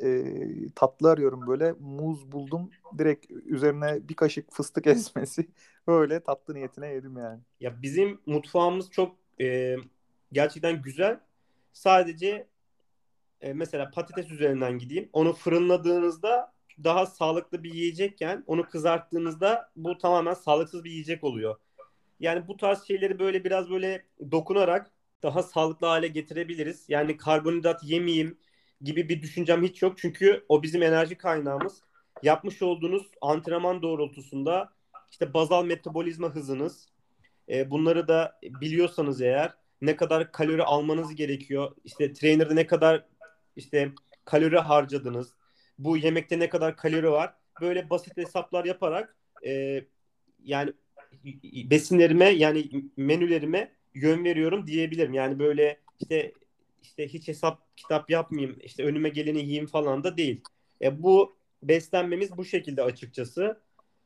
e, tatlı arıyorum böyle. Muz buldum. Direkt üzerine bir kaşık fıstık ezmesi. Öyle tatlı niyetine yedim yani. Ya bizim mutfağımız çok e, gerçekten güzel. Sadece e, mesela patates üzerinden gideyim. Onu fırınladığınızda daha sağlıklı bir yiyecekken onu kızarttığınızda bu tamamen sağlıksız bir yiyecek oluyor. Yani bu tarz şeyleri böyle biraz böyle dokunarak daha sağlıklı hale getirebiliriz. Yani karbonhidrat yemeyeyim gibi bir düşüncem hiç yok. Çünkü o bizim enerji kaynağımız. Yapmış olduğunuz antrenman doğrultusunda işte bazal metabolizma hızınız, e, bunları da biliyorsanız eğer ne kadar kalori almanız gerekiyor, İşte trainer'da ne kadar işte kalori harcadınız, bu yemekte ne kadar kalori var, böyle basit hesaplar yaparak e, yani besinlerime, yani menülerime yön veriyorum diyebilirim. Yani böyle işte işte hiç hesap kitap yapmayayım, işte önüme geleni yiyeyim falan da değil. E, bu beslenmemiz bu şekilde açıkçası.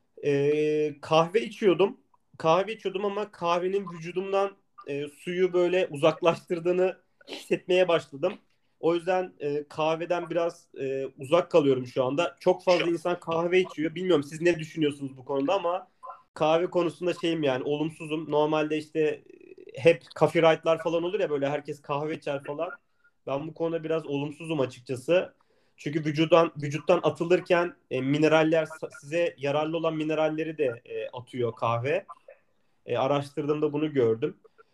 E, kahve içiyordum. Kahve içiyordum ama kahvenin vücudumdan e, suyu böyle uzaklaştırdığını hissetmeye başladım. O yüzden e, kahveden biraz e, uzak kalıyorum şu anda. Çok fazla insan kahve içiyor. Bilmiyorum siz ne düşünüyorsunuz bu konuda, ama kahve konusunda şeyim, yani olumsuzum. Normalde işte hep coffee right'lar falan olur ya, böyle herkes kahve içer falan. Ben bu konuda biraz olumsuzum açıkçası. Çünkü vücuttan vücuttan atılırken e, mineraller size yararlı olan mineralleri de e, atıyor kahve. E, araştırdığımda bunu gördüm.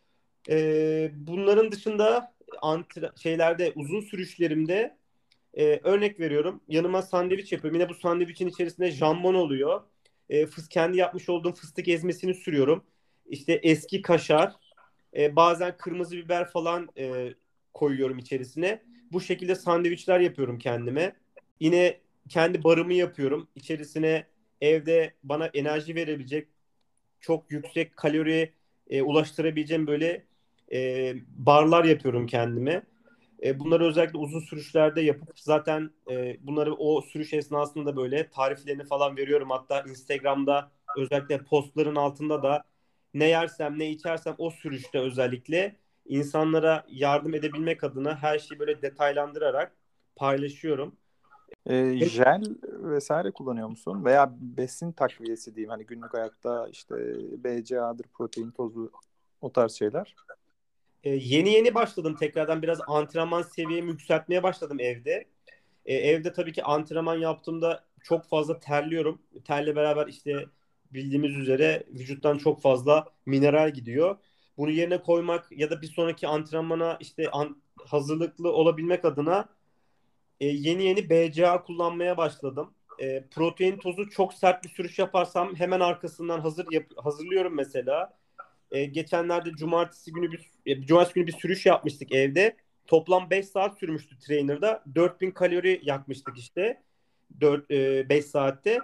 E, bunların dışında antre, şeylerde uzun sürüşlerimde e, örnek veriyorum. Yanıma sandviç yapıyorum. Yine bu sandviçin içerisinde jambon oluyor. E, fıs kendi yapmış olduğum fıstık ezmesini sürüyorum. İşte eski kaşar, e, bazen kırmızı biber falan e, koyuyorum içerisine. Bu şekilde sandviçler yapıyorum kendime. Yine kendi barımı yapıyorum. İçerisine evde bana enerji verebilecek çok yüksek kalori e, ulaştırabileceğim böyle e, barlar yapıyorum kendime. E, bunları özellikle uzun sürüşlerde yapıp zaten e, bunları o sürüş esnasında böyle tariflerini falan veriyorum. Hatta Instagram'da özellikle postların altında da ne yersem ne içersem o sürüşte özellikle insanlara yardım edebilmek adına her şeyi böyle detaylandırarak paylaşıyorum. E, jel vesaire kullanıyor musun? Veya besin takviyesi diyeyim. Hani günlük hayatta işte B C A'dır, protein tozu, o tarz şeyler. E, yeni yeni başladım tekrardan biraz antrenman seviyemi yükseltmeye başladım evde. E, evde tabii ki antrenman yaptığımda çok fazla terliyorum. Terle beraber işte bildiğimiz üzere vücuttan çok fazla mineral gidiyor. Bunu yerine koymak ya da bir sonraki antrenmana işte an- hazırlıklı olabilmek adına e, yeni yeni B C A kullanmaya başladım. E, protein tozu çok sert bir sürüş yaparsam hemen arkasından hazır yap- hazırlıyorum mesela. E, geçenlerde cumartesi günü bir e, cumartesi günü bir sürüş yapmıştık evde. Toplam beş saat sürmüştü trainer'da. dört bin kalori yakmıştık işte. dört e, beş saatte.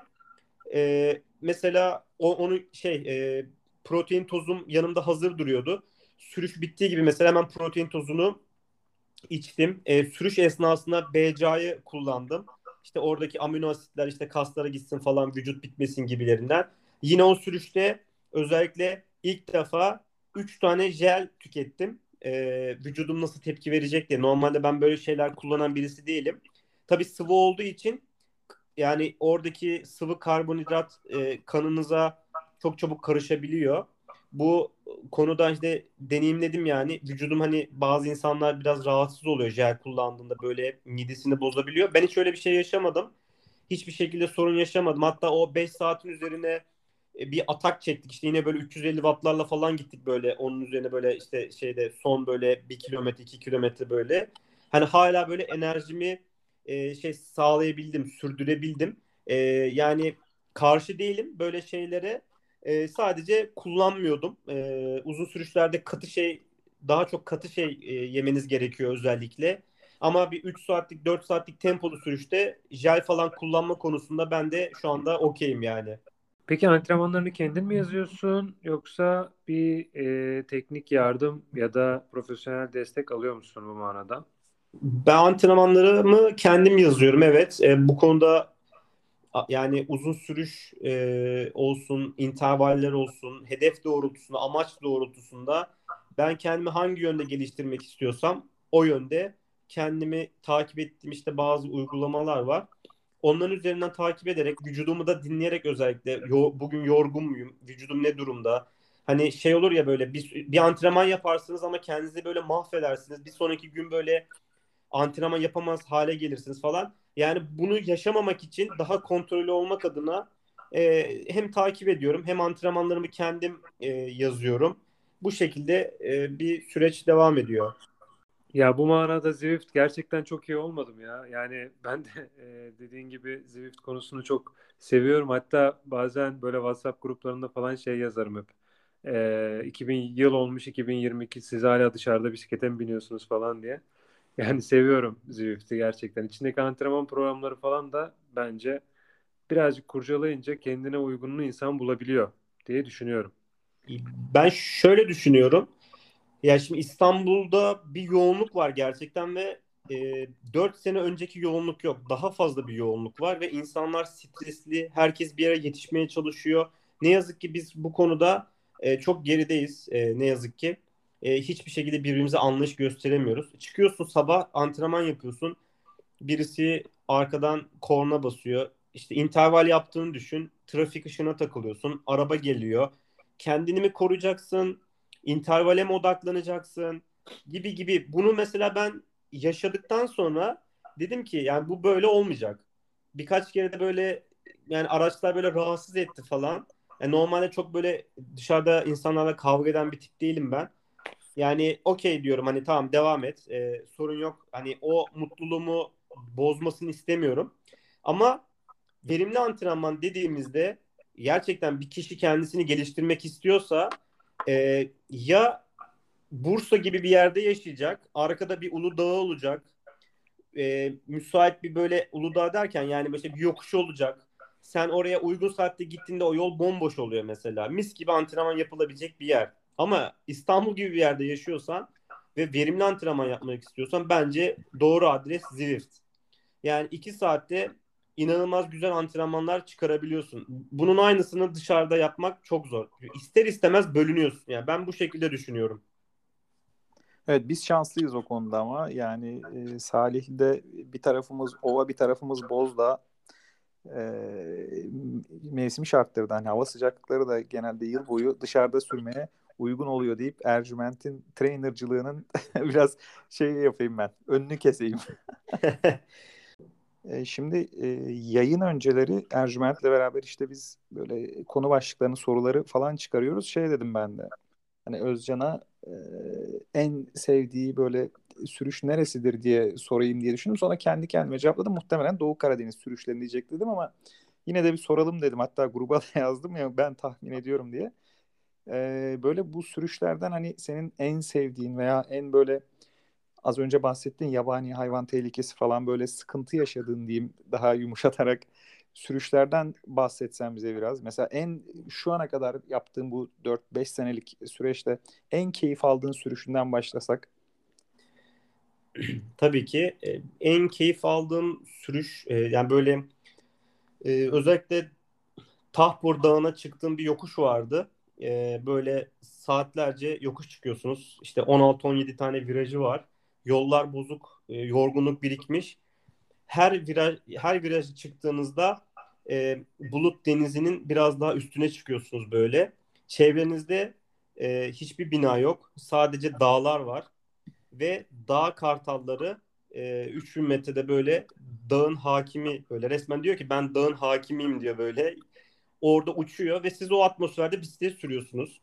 E, mesela o onu şey e, protein tozum yanımda hazır duruyordu. Sürüş bittiği gibi mesela hemen protein tozunu içtim. E, sürüş esnasında B C A'yı kullandım. İşte oradaki amino asitler işte kaslara gitsin falan vücut bitmesin gibilerinden. Yine o sürüşte özellikle ilk defa üç tane jel tükettim. E, vücudum nasıl tepki verecek diye. Normalde ben böyle şeyler kullanan birisi değilim. Tabii sıvı olduğu için yani oradaki sıvı karbonhidrat e, kanınıza çok çabuk karışabiliyor. Bu konuda işte deneyimledim yani. Vücudum hani bazı insanlar biraz rahatsız oluyor jel kullandığında böyle midesini bozabiliyor. Ben hiç öyle bir şey yaşamadım. Hiçbir şekilde sorun yaşamadım. Hatta o beş saatin üzerine e, bir atak çektik. İşte yine böyle üç yüz elli wattlarla falan gittik böyle. Onun üzerine böyle işte şeyde son böyle bir kilometre iki kilometre böyle. Hani hala böyle enerjimi e, şey sağlayabildim, sürdürebildim. E, yani karşı değilim böyle şeylere. E, sadece kullanmıyordum. E, uzun sürüşlerde katı şey daha çok katı şey e, yemeniz gerekiyor özellikle. Ama bir üç saatlik dört saatlik tempolu sürüşte jel falan kullanma konusunda ben de şu anda okeyim yani. Peki antrenmanlarını kendin mi yazıyorsun yoksa bir e, teknik yardım ya da profesyonel destek alıyor musun bu manada? Ben antrenmanlarımı kendim yazıyorum, evet. E, bu konuda a- yani uzun sürüş e, olsun, intervaller olsun, hedef doğrultusunda, amaç doğrultusunda ben kendimi hangi yönde geliştirmek istiyorsam o yönde kendimi takip ettiğim işte bazı uygulamalar var. Onların üzerinden takip ederek, vücudumu da dinleyerek özellikle yo- bugün yorgun muyum, vücudum ne durumda? Hani şey olur ya böyle bir, bir antrenman yaparsınız ama kendinizi böyle mahvedersiniz. Bir sonraki gün böyle antrenman yapamaz hale gelirsiniz falan. Yani bunu yaşamamak için daha kontrollü olmak adına e, hem takip ediyorum hem antrenmanlarımı kendim e, yazıyorum. Bu şekilde e, bir süreç devam ediyor. Ya bu manada Zwift gerçekten çok iyi olmadım ya. Yani ben de e, dediğin gibi Zwift konusunu çok seviyorum. Hatta bazen böyle WhatsApp gruplarında falan şey yazarım hep. E, iki bin yıl olmuş iki bin yirmi iki siz hala dışarıda bisiklete mi biniyorsunuz falan diye. Yani seviyorum Zwift'i gerçekten. İçindeki antrenman programları falan da bence birazcık kurcalayınca kendine uygununu insan bulabiliyor diye düşünüyorum. Ben şöyle düşünüyorum. Ya şimdi İstanbul'da bir yoğunluk var gerçekten ve e, dört sene önceki yoğunluk yok. Daha fazla bir yoğunluk var ve insanlar stresli. Herkes bir yere yetişmeye çalışıyor. Ne yazık ki biz bu konuda e, çok gerideyiz. E, ne yazık ki. E, hiçbir şekilde birbirimize anlayış gösteremiyoruz. Çıkıyorsun sabah antrenman yapıyorsun. Birisi arkadan korna basıyor. İşte interval yaptığını düşün. Trafik ışığına takılıyorsun. Araba geliyor. Kendini mi koruyacaksın? İntervale mi odaklanacaksın? Gibi gibi. Bunu mesela ben yaşadıktan sonra dedim ki yani bu böyle olmayacak. Birkaç kere de böyle yani araçlar böyle rahatsız etti falan. Yani normalde çok böyle dışarıda insanlarla kavga eden bir tip değilim ben. Yani okey diyorum hani tamam devam et. Ee, sorun yok. Hani o mutluluğumu bozmasını istemiyorum. Ama verimli antrenman dediğimizde gerçekten bir kişi kendisini geliştirmek istiyorsa e, ya Bursa gibi bir yerde yaşayacak. Arkada bir Uludağ olacak. E, müsait bir böyle Uludağ derken yani mesela bir yokuş olacak. Sen oraya uygun saatte gittiğinde o yol bomboş oluyor mesela. Mis gibi antrenman yapılabilecek bir yer. Ama İstanbul gibi bir yerde yaşıyorsan ve verimli antrenman yapmak istiyorsan bence doğru adres Zwift. Yani iki saatte inanılmaz güzel antrenmanlar çıkarabiliyorsun. Bunun aynısını dışarıda yapmak çok zor. İster istemez bölünüyorsun. Yani ben bu şekilde düşünüyorum. Evet, biz şanslıyız o konuda ama yani e, Salih'de bir tarafımız ova, bir tarafımız Bozdağ. E, Mevsim şartları da hani hava sıcaklıkları da genelde yıl boyu dışarıda sürmeye uygun oluyor deyip Ercüment'in trainercılığının biraz şey yapayım ben. Önünü keseyim. E, şimdi e, yayın önceleri Ercüment'le beraber işte biz böyle konu başlıklarını, soruları falan çıkarıyoruz. Şey dedim ben de. Hani Özcan'a e, en sevdiği böyle sürüş neresidir diye sorayım diye düşündüm. Sonra kendi kendime cevapladım. Muhtemelen Doğu Karadeniz sürüşlerini diyecek dedim ama yine de bir soralım dedim. Hatta gruba da yazdım ya ben tahmin ediyorum diye. E, böyle bu sürüşlerden hani senin en sevdiğin veya en böyle az önce bahsettiğin yabani hayvan tehlikesi falan böyle sıkıntı yaşadığın diyeyim daha yumuşatarak sürüşlerden bahsetsen bize biraz. Mesela en şu ana kadar yaptığın bu dört beş senelik süreçte en keyif aldığın sürüşünden başlasak. Tabii ki e, en keyif aldığım sürüş e, yani böyle e, özellikle Tahpur Dağı'na çıktığım bir yokuş vardı. E, böyle saatlerce yokuş çıkıyorsunuz. İşte on altı on yedi tane virajı var. Yollar bozuk, e, yorgunluk birikmiş. Her viraj her virajı çıktığınızda e, bulut denizinin biraz daha üstüne çıkıyorsunuz böyle. Çevrenizde e, hiçbir bina yok. Sadece dağlar var ve dağ kartalları e, üç bin metrede böyle dağın hakimi böyle resmen diyor ki ben dağın hakimiyim diyor böyle. Orada uçuyor ve siz o atmosferde bisiklet sürüyorsunuz.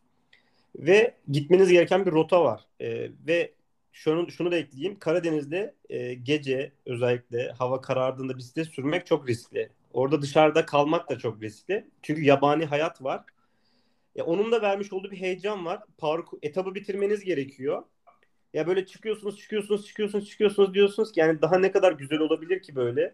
Ve gitmeniz gereken bir rota var. E, ve şunu, şunu da ekleyeyim. Karadeniz'de e, gece özellikle hava karardığında bisiklet sürmek çok riskli. Orada dışarıda kalmak da çok riskli. Çünkü yabani hayat var. Ya onun da vermiş olduğu bir heyecan var. Parkur, etabı bitirmeniz gerekiyor. Ya böyle çıkıyorsunuz, çıkıyorsunuz, çıkıyorsunuz, çıkıyorsunuz diyorsunuz ki yani daha ne kadar güzel olabilir ki böyle.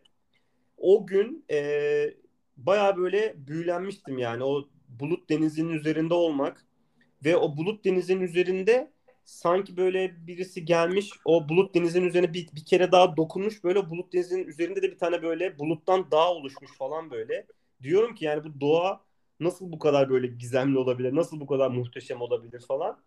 O gün e, bayağı böyle büyülenmiştim yani o bulut denizinin üzerinde olmak ve o bulut denizinin üzerinde sanki böyle birisi gelmiş o bulut denizinin üzerine bir, bir kere daha dokunmuş böyle bulut denizinin üzerinde de bir tane böyle buluttan dağ oluşmuş falan böyle. Diyorum ki yani bu doğa nasıl bu kadar böyle gizemli olabilir, nasıl bu kadar muhteşem olabilir falan.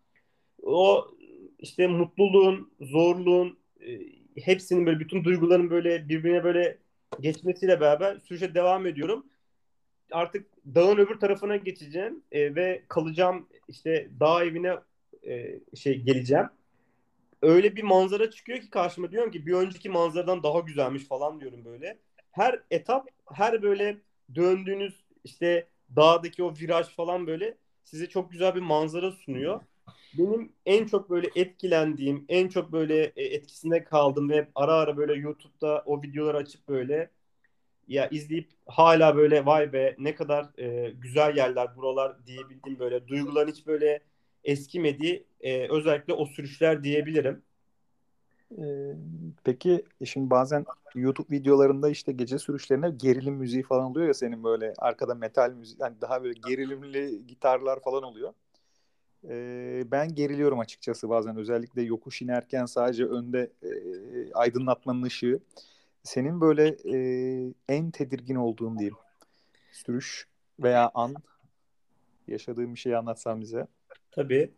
O işte mutluluğun, zorluğun e, hepsinin böyle bütün duyguların böyle birbirine böyle geçmesiyle beraber sürüşe devam ediyorum. Artık dağın öbür tarafına geçeceğim e, ve kalacağım işte dağ evine e, şey geleceğim. Öyle bir manzara çıkıyor ki karşıma diyorum ki bir önceki manzaradan daha güzelmiş falan diyorum böyle. Her etap, her böyle döndüğünüz işte dağdaki o viraj falan böyle size çok güzel bir manzara sunuyor. Benim en çok böyle etkilendiğim, en çok böyle e, etkisinde kaldım ve ara ara böyle YouTube'da o videoları açıp böyle ya izleyip hala böyle vay be ne kadar e, güzel yerler buralar diyebildiğim böyle duyguların hiç böyle eskimediği e, özellikle o sürüşler diyebilirim. Ee, peki şimdi bazen YouTube videolarında işte gece sürüşlerine gerilim müziği falan oluyor ya senin böyle arkada metal müzik yani daha böyle gerilimli gitarlar falan oluyor. Ee, ben geriliyorum açıkçası bazen özellikle yokuş inerken sadece önde e, aydınlatmanın ışığı. Senin böyle e, en tedirgin olduğun diyeyim sürüş veya an yaşadığın bir şeyi anlatsan bize. Tabii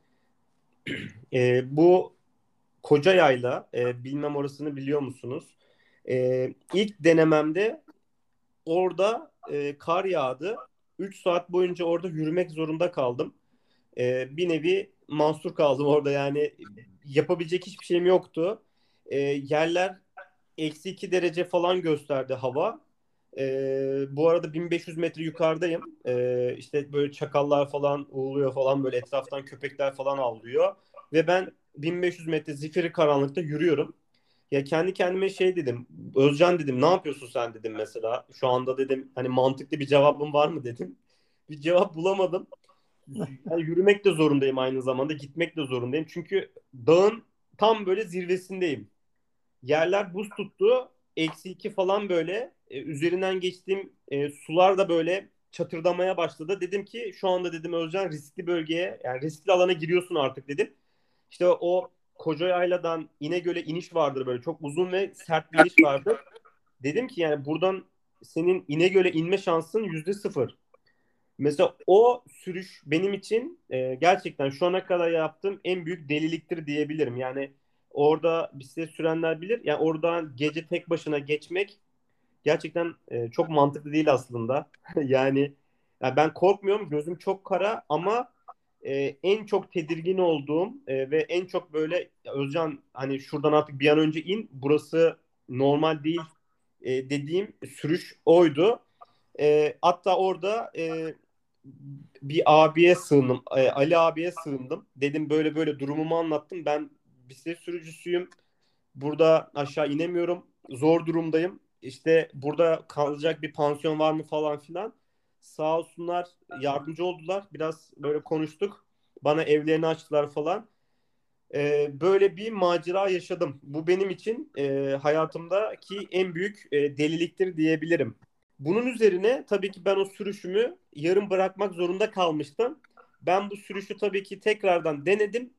e, bu Kocayay'la e, bilmem orasını biliyor musunuz? E, ilk denememde orada e, kar yağdı. üç saat boyunca orada yürümek zorunda kaldım. E, bir nevi mahsur kaldım orada yani yapabilecek hiçbir şeyim yoktu. E, yerler eksi iki derece falan gösterdi hava. E, bu arada bin beş yüz metre yukarıdayım. E, işte böyle çakallar falan uğuluyor falan, böyle etraftan köpekler falan avlıyor. Ve ben bin beş yüz metre zifiri karanlıkta yürüyorum. Ya kendi kendime şey dedim. Özcan dedim, ne yapıyorsun sen dedim mesela. Şu anda dedim hani mantıklı bir cevabın var mı dedim. Bir cevap bulamadım. Yani yürümek de zorundayım, aynı zamanda gitmek de zorundayım. Çünkü dağın tam böyle zirvesindeyim. Yerler buz tuttu. Eksi iki falan böyle. E, üzerinden geçtiğim e, sular da böyle çatırdamaya başladı. Dedim ki şu anda dedim Özcan, riskli bölgeye, yani riskli alana giriyorsun artık dedim. İşte o Kocayaylı'dan İnegöl'e iniş vardır, böyle çok uzun ve sert bir iniş vardır. Dedim ki yani buradan senin İnegöl'e inme şansın yüzde sıfır. Mesela o sürüş benim için e, gerçekten şu ana kadar yaptığım en büyük deliliktir diyebilirim. Yani orada bisiklet sürenler bilir. Yani oradan gece tek başına geçmek gerçekten e, çok mantıklı değil aslında. Yani, yani ben korkmuyorum. Gözüm çok kara ama e, en çok tedirgin olduğum e, ve en çok böyle, "Ya Özcan hani şuradan artık bir an önce in. Burası normal değil," e, dediğim sürüş oydu. E, hatta orada e, bir abiye sığındım. E, Ali abiye sığındım. Dedim böyle böyle durumumu anlattım. Ben bisiklet sürücüsüyüm. Burada aşağı inemiyorum. Zor durumdayım. İşte burada kalacak bir pansiyon var mı falan filan. Sağ olsunlar, yardımcı oldular. Biraz böyle konuştuk. Bana evlerini açtılar falan. Ee, böyle bir macera yaşadım. Bu benim için e, hayatımdaki en büyük e, deliliktir diyebilirim. Bunun üzerine tabii ki ben o sürüşümü yarım bırakmak zorunda kalmıştım. Ben bu sürüşü tabii ki tekrardan denedim.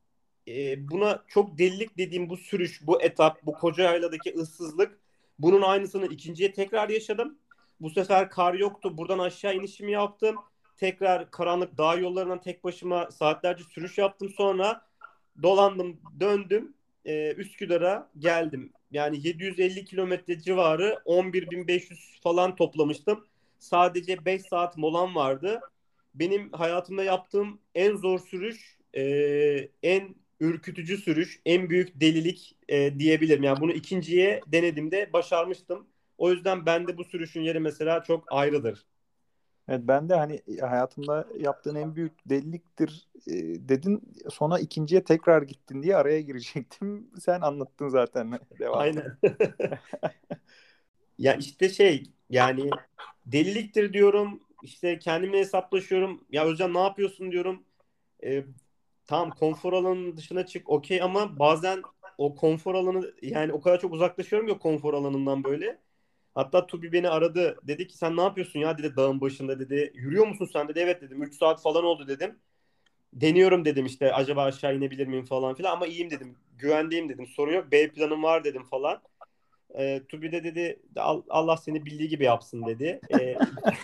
E, buna çok delilik dediğim bu sürüş, bu etap, bu Kocayaylı'daki ıssızlık, bunun aynısını ikinciye tekrar yaşadım. Bu sefer kar yoktu. Buradan aşağı inişimi yaptım. Tekrar karanlık dağ yollarından tek başıma saatlerce sürüş yaptım. Sonra dolandım, döndüm. E, Üsküdar'a geldim. Yani yedi yüz elli kilometre civarı, on bir bin beş yüz falan toplamıştım. Sadece beş saat molam vardı. Benim hayatımda yaptığım en zor sürüş, e, en ürkütücü sürüş, en büyük delilik e, diyebilirim. Yani bunu ikinciye denediğimde başarmıştım. O yüzden bende bu sürüşün yeri mesela çok ayrıdır. Evet, ben de hani hayatımda yaptığın en büyük deliliktir e, dedin. Sonra ikinciye tekrar gittin diye araya girecektim. Sen anlattın zaten devamını. Aynen. Ya işte şey, yani deliliktir diyorum. İşte kendimle hesaplaşıyorum. Ya Özcan ne yapıyorsun diyorum. E, tamam, konfor alanının dışına çık okey, ama bazen o konfor alanı, yani o kadar çok uzaklaşıyorum ya konfor alanından böyle. Hatta Tubi beni aradı. Dedi ki sen ne yapıyorsun ya, dedi, dağın başında dedi. Yürüyor musun sen dedi. Evet dedim. üç saat falan oldu dedim. Deniyorum dedim, işte acaba aşağı inebilir miyim falan filan, ama iyiyim dedim. Güvendeyim dedim. Sorun yok. B planım var dedim falan. E, Tubi de dedi "Al- Allah seni bildiği gibi yapsın," dedi. E,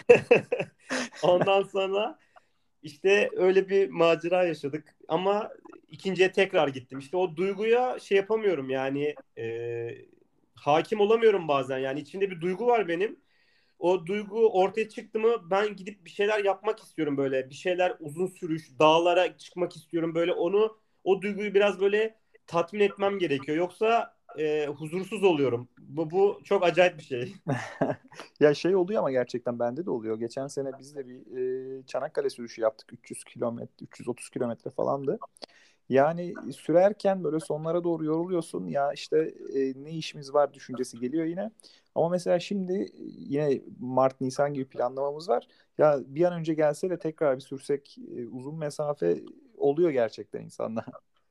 ondan sonra işte öyle bir macera yaşadık. Ama ikinciye tekrar gittim. İşte o duyguya şey yapamıyorum yani, e, hakim olamıyorum bazen. Yani içimde bir duygu var benim. O duygu ortaya çıktı mı ben gidip bir şeyler yapmak istiyorum böyle. Bir şeyler, uzun sürüş, dağlara çıkmak istiyorum böyle. Onu, o duyguyu biraz böyle tatmin etmem gerekiyor. Yoksa e, huzursuz oluyorum. Bu, bu çok acayip bir şey. Ya şey oluyor ama gerçekten bende de oluyor. Geçen sene biz de bir e, Çanakkale sürüşü yaptık. üç yüz kilometre, üç yüz otuz kilometre falandı. Yani sürerken böyle sonlara doğru yoruluyorsun. Ya işte e, ne işimiz var düşüncesi geliyor yine. Ama mesela şimdi e, yine Mart, Nisan gibi planlamamız var. Ya bir an önce gelse de tekrar bir sürsek, e, uzun mesafe oluyor gerçekten insanda.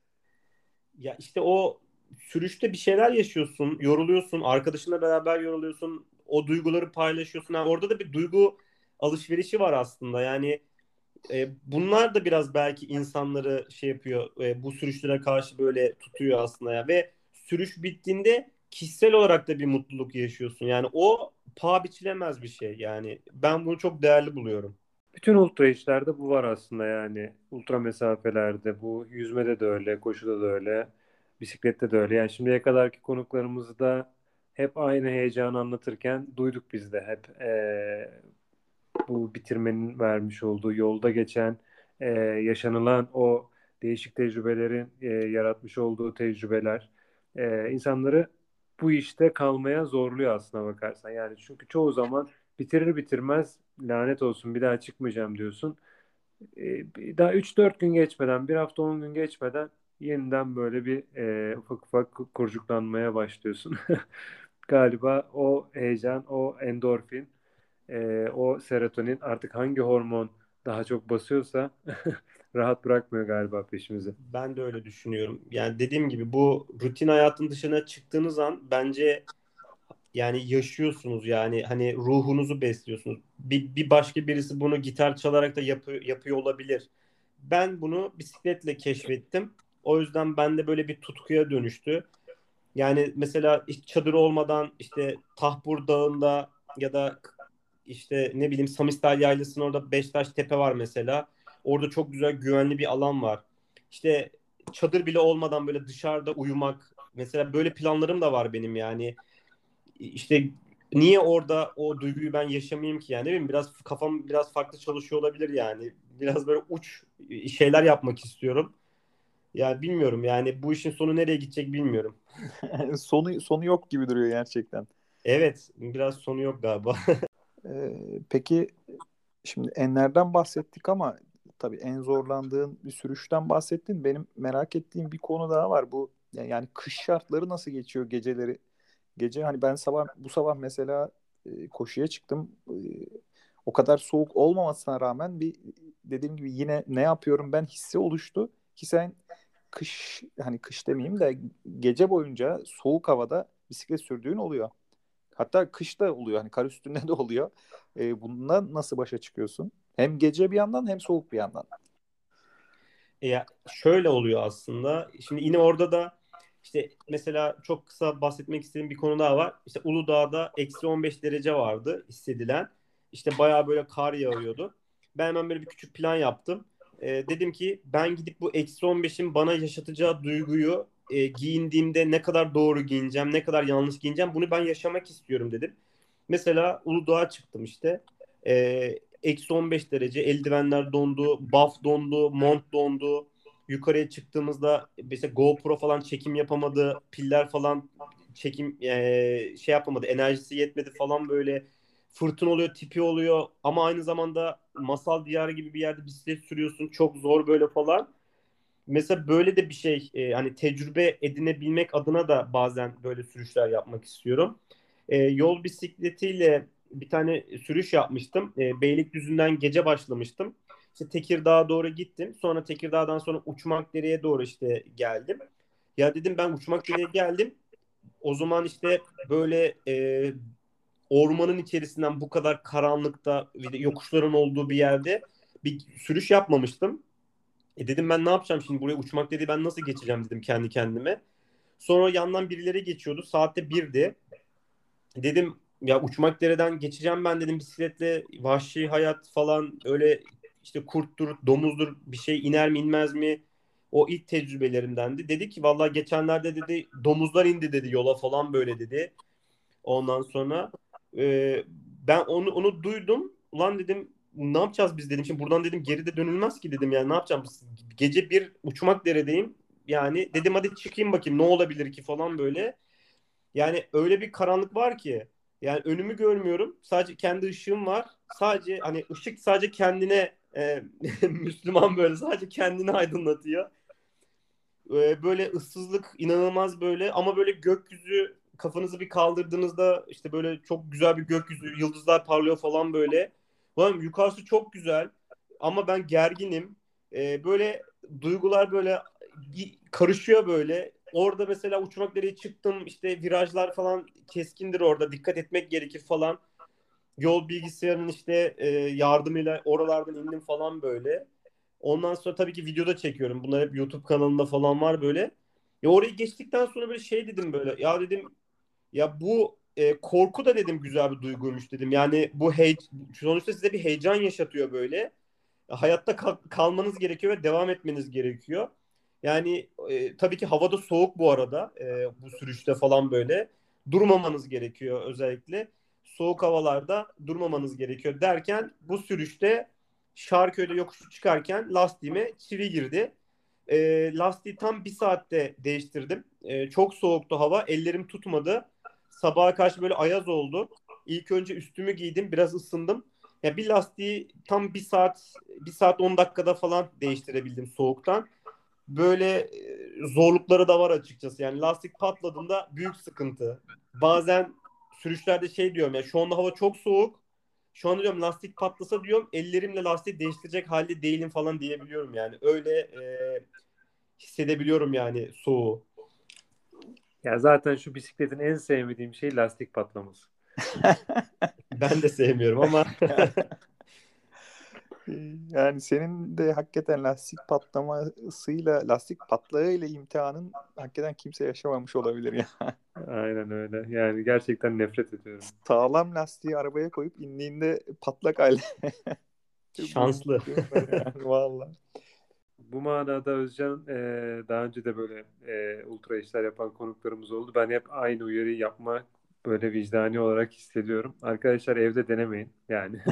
Ya işte o sürüşte bir şeyler yaşıyorsun, yoruluyorsun, arkadaşınla beraber yoruluyorsun, o duyguları paylaşıyorsun. Yani orada da bir duygu alışverişi var aslında. Yani e, bunlar da biraz belki insanları şey yapıyor, e, bu sürüşlere karşı böyle tutuyor aslında ya. Ve sürüş bittiğinde kişisel olarak da bir mutluluk yaşıyorsun. Yani o paha biçilemez bir şey. Yani ben bunu çok değerli buluyorum. Bütün ultra işlerde bu var aslında yani. Ultra mesafelerde bu, yüzmede de öyle, koşuda da öyle, bisiklette de öyle. Yani şimdiye kadarki konuklarımızı da hep aynı heyecanı anlatırken duyduk biz de hep. Ee, bu bitirmenin vermiş olduğu, yolda geçen, e, yaşanılan o değişik tecrübelerin e, yaratmış olduğu tecrübeler. e, insanları bu işte kalmaya zorluyor aslına bakarsan. Yani çünkü çoğu zaman bitirir bitirmez lanet olsun bir daha çıkmayacağım diyorsun. E, bir daha üç dört gün geçmeden, bir hafta on gün geçmeden yeniden böyle bir e, ufak ufak kurcuklanmaya başlıyorsun. Galiba o heyecan, o endorfin, e, o serotonin artık hangi hormon daha çok basıyorsa rahat bırakmıyor galiba peşimizi. Ben de öyle düşünüyorum. Yani dediğim gibi bu rutin hayatın dışına çıktığınız an bence yani yaşıyorsunuz, yani hani ruhunuzu besliyorsunuz. Bir, bir başka birisi bunu gitar çalarak da yapı, yapıyor olabilir. Ben bunu bisikletle keşfettim. O yüzden bende böyle bir tutkuya dönüştü. Yani mesela hiç çadır olmadan işte Tahpur Dağı'nda ya da işte ne bileyim Samistal Yaylası'nın orada Beştaş Tepe var mesela. Orada çok güzel güvenli bir alan var. İşte çadır bile olmadan böyle dışarıda uyumak. Mesela böyle planlarım da var benim yani. İşte niye orada o duyguyu ben yaşamayayım ki yani, değil mi? Biraz kafam biraz farklı çalışıyor olabilir yani. Biraz böyle uç şeyler yapmak istiyorum. Yani bilmiyorum, yani bu işin sonu nereye gidecek bilmiyorum. Sonu sonu yok gibi duruyor gerçekten. Evet, biraz sonu yok galiba. Ee, peki şimdi enlerden bahsettik ama tabii en zorlandığın bir sürüşten bahsettin. Benim merak ettiğim bir konu daha var. Bu yani yani kış şartları nasıl geçiyor geceleri? Gece hani ben sabah bu sabah mesela e, koşuya çıktım. E, o kadar soğuk olmamasına rağmen bir dediğim gibi yine ne yapıyorum ben hissi oluştu ki sen kış hani kış demeyeyim de gece boyunca soğuk havada bisiklet sürdüğün oluyor. Hatta kışta oluyor hani kar üstünde de oluyor. E, bundan nasıl başa çıkıyorsun? Hem gece bir yandan hem soğuk bir yandan. Ya şöyle oluyor aslında. Şimdi yine orada da işte mesela çok kısa bahsetmek istediğim bir konu daha var. İşte Uludağ'da eksi on beş derece vardı hissedilen. İşte bayağı böyle kar yağıyordu. Ben hemen böyle bir küçük plan yaptım. Ee, dedim ki ben gidip bu eksi on beşin bana yaşatacağı duyguyu e, giyindiğimde ne kadar doğru giyineceğim, ne kadar yanlış giyineceğim, bunu ben yaşamak istiyorum dedim. Mesela Uludağ'a çıktım işte. Ee, Eksi on beş derece, eldivenler dondu, buff dondu, mont dondu. Yukarıya çıktığımızda mesela GoPro falan çekim yapamadı, piller falan çekim e, şey yapamadı, enerjisi yetmedi falan böyle. Fırtına oluyor, tipi oluyor ama aynı zamanda masal diyarı gibi bir yerde bisiklet sürüyorsun. Çok zor böyle falan. Mesela böyle de bir şey e, hani tecrübe edinebilmek adına da bazen böyle sürüşler yapmak istiyorum. E, yol bisikletiyle bir tane sürüş yapmıştım. E, Beylikdüzü'nden gece başlamıştım. İşte Tekirdağ'a doğru gittim. Sonra Tekirdağ'dan sonra Uçmakdere'ye doğru işte geldim. Ya dedim ben Uçmakdere'ye geldim. O zaman işte böyle e, ormanın içerisinden bu kadar karanlıkta bir de yokuşların olduğu bir yerde bir sürüş yapmamıştım. E dedim ben ne yapacağım şimdi, buraya uçmak dedi, ben nasıl geçeceğim dedim kendi kendime. Sonra yandan birileri geçiyordu. Saatte birdi. Dedim ya uçmak dereden geçeceğim ben dedim bisikletle, vahşi hayat falan öyle işte kurttur, domuzdur bir şey iner mi inmez mi? O ilk tecrübelerimdendi. Dedi ki vallahi geçenlerde dedi domuzlar indi dedi yola falan böyle dedi. Ondan sonra e, ben onu onu duydum. Ulan dedim ne yapacağız biz dedim. Şimdi buradan dedim geride dönülmez ki dedim. Yani ne yapacağım? Gece bir uçmak deredeyim. Yani dedim hadi çıkayım bakayım ne olabilir ki falan böyle. Yani öyle bir karanlık var ki. Yani önümü görmüyorum. Sadece kendi ışığım var. Sadece hani ışık sadece kendine e, Müslüman böyle sadece kendini aydınlatıyor. Ee, böyle ıssızlık inanılmaz böyle ama böyle gökyüzü, kafanızı bir kaldırdığınızda işte böyle çok güzel bir gökyüzü, yıldızlar parlıyor falan böyle. Ulan yukarısı çok güzel ama ben gerginim. Ee, böyle duygular böyle karışıyor böyle. Orada mesela uçmak direği çıktım işte virajlar falan keskindir, orada dikkat etmek gerekir falan. Yol bilgisayarının işte e, yardımıyla oralardan indim falan böyle. Ondan sonra tabii ki videoda çekiyorum. Bunlar hep YouTube kanalında falan var böyle. Ya orayı geçtikten sonra böyle şey dedim böyle. Ya dedim ya bu e, korku da dedim güzel bir duyguymuş dedim. Yani bu hey sonuçta size bir heyecan yaşatıyor böyle. Hayatta kal- kalmanız gerekiyor ve devam etmeniz gerekiyor. Yani e, tabii ki havada soğuk bu arada. E, bu sürüşte falan böyle. Durmamanız gerekiyor özellikle. Soğuk havalarda durmamanız gerekiyor derken bu sürüşte Şarköy'de yokuş çıkarken lastiğime çivi girdi. e, lastiği tam bir saatte değiştirdim. E, çok soğuktu hava. Ellerim tutmadı. Sabaha karşı böyle ayaz oldu. İlk önce üstümü giydim. Biraz ısındım. Ya bir lastiği tam bir saat, bir saat on dakikada falan değiştirebildim soğuktan. Böyle e, zorlukları da var açıkçası. Yani lastik patladığında büyük sıkıntı. Bazen sürüşlerde şey diyorum ya, şu anda hava çok soğuk. Şu anda diyorum lastik patlasa diyorum ellerimle lastiği değiştirecek halde değilim falan diyebiliyorum yani. Öyle e, hissedebiliyorum yani soğuğu. Ya zaten şu bisikletin en sevmediğim şey lastik patlaması. Ben de sevmiyorum ama Yani senin de hakikaten lastik patlamasıyla, lastik patlağıyla imtihanın hakikaten kimse yaşamamış olabilir ya. Aynen öyle. Yani gerçekten nefret ediyorum. Sağlam lastiği arabaya koyup indiğinde patlak hale şanslı. bulunuyor yani vallahi. Bu manada Özcan e, daha önce de böyle e, ultra işler yapan konuklarımız oldu. Ben hep aynı uyarıyı yapma böyle vicdani olarak hissediyorum. Arkadaşlar evde denemeyin yani.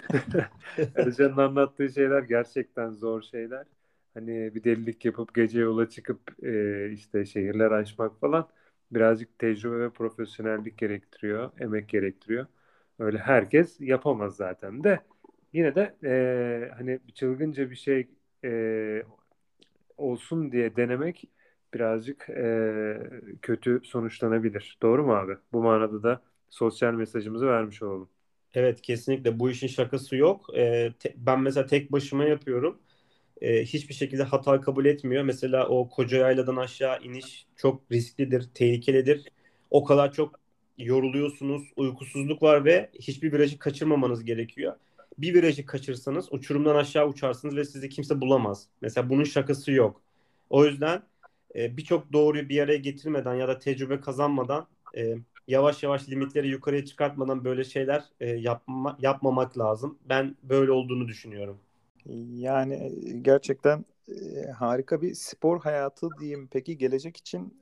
Özcan'ın anlattığı şeyler gerçekten zor şeyler. Hani bir delilik yapıp gece yola çıkıp e, işte şehirler aşmak falan birazcık tecrübe ve profesyonellik gerektiriyor, emek gerektiriyor. Öyle herkes yapamaz zaten de. Yine de e, hani çılgınca bir şey e, olsun diye denemek birazcık e, kötü sonuçlanabilir. Doğru mu abi? Bu manada da sosyal mesajımızı vermiş olalım. Evet, kesinlikle bu işin şakası yok. E, te- ben mesela tek başıma yapıyorum. E, hiçbir şekilde hata kabul etmiyor. Mesela o Kocayaylı'dan aşağı iniş çok risklidir, tehlikelidir. O kadar çok yoruluyorsunuz, uykusuzluk var ve hiçbir virajı kaçırmamanız gerekiyor. Bir virajı kaçırsanız uçurumdan aşağı uçarsınız ve sizi kimse bulamaz. Mesela bunun şakası yok. O yüzden e, birçok doğruyu bir araya getirmeden ya da tecrübe kazanmadan e, yavaş yavaş limitleri yukarıya çıkartmadan böyle şeyler e, yapma, yapmamak lazım. Ben böyle olduğunu düşünüyorum. Yani gerçekten e, harika bir spor hayatı diyeyim. Peki gelecek için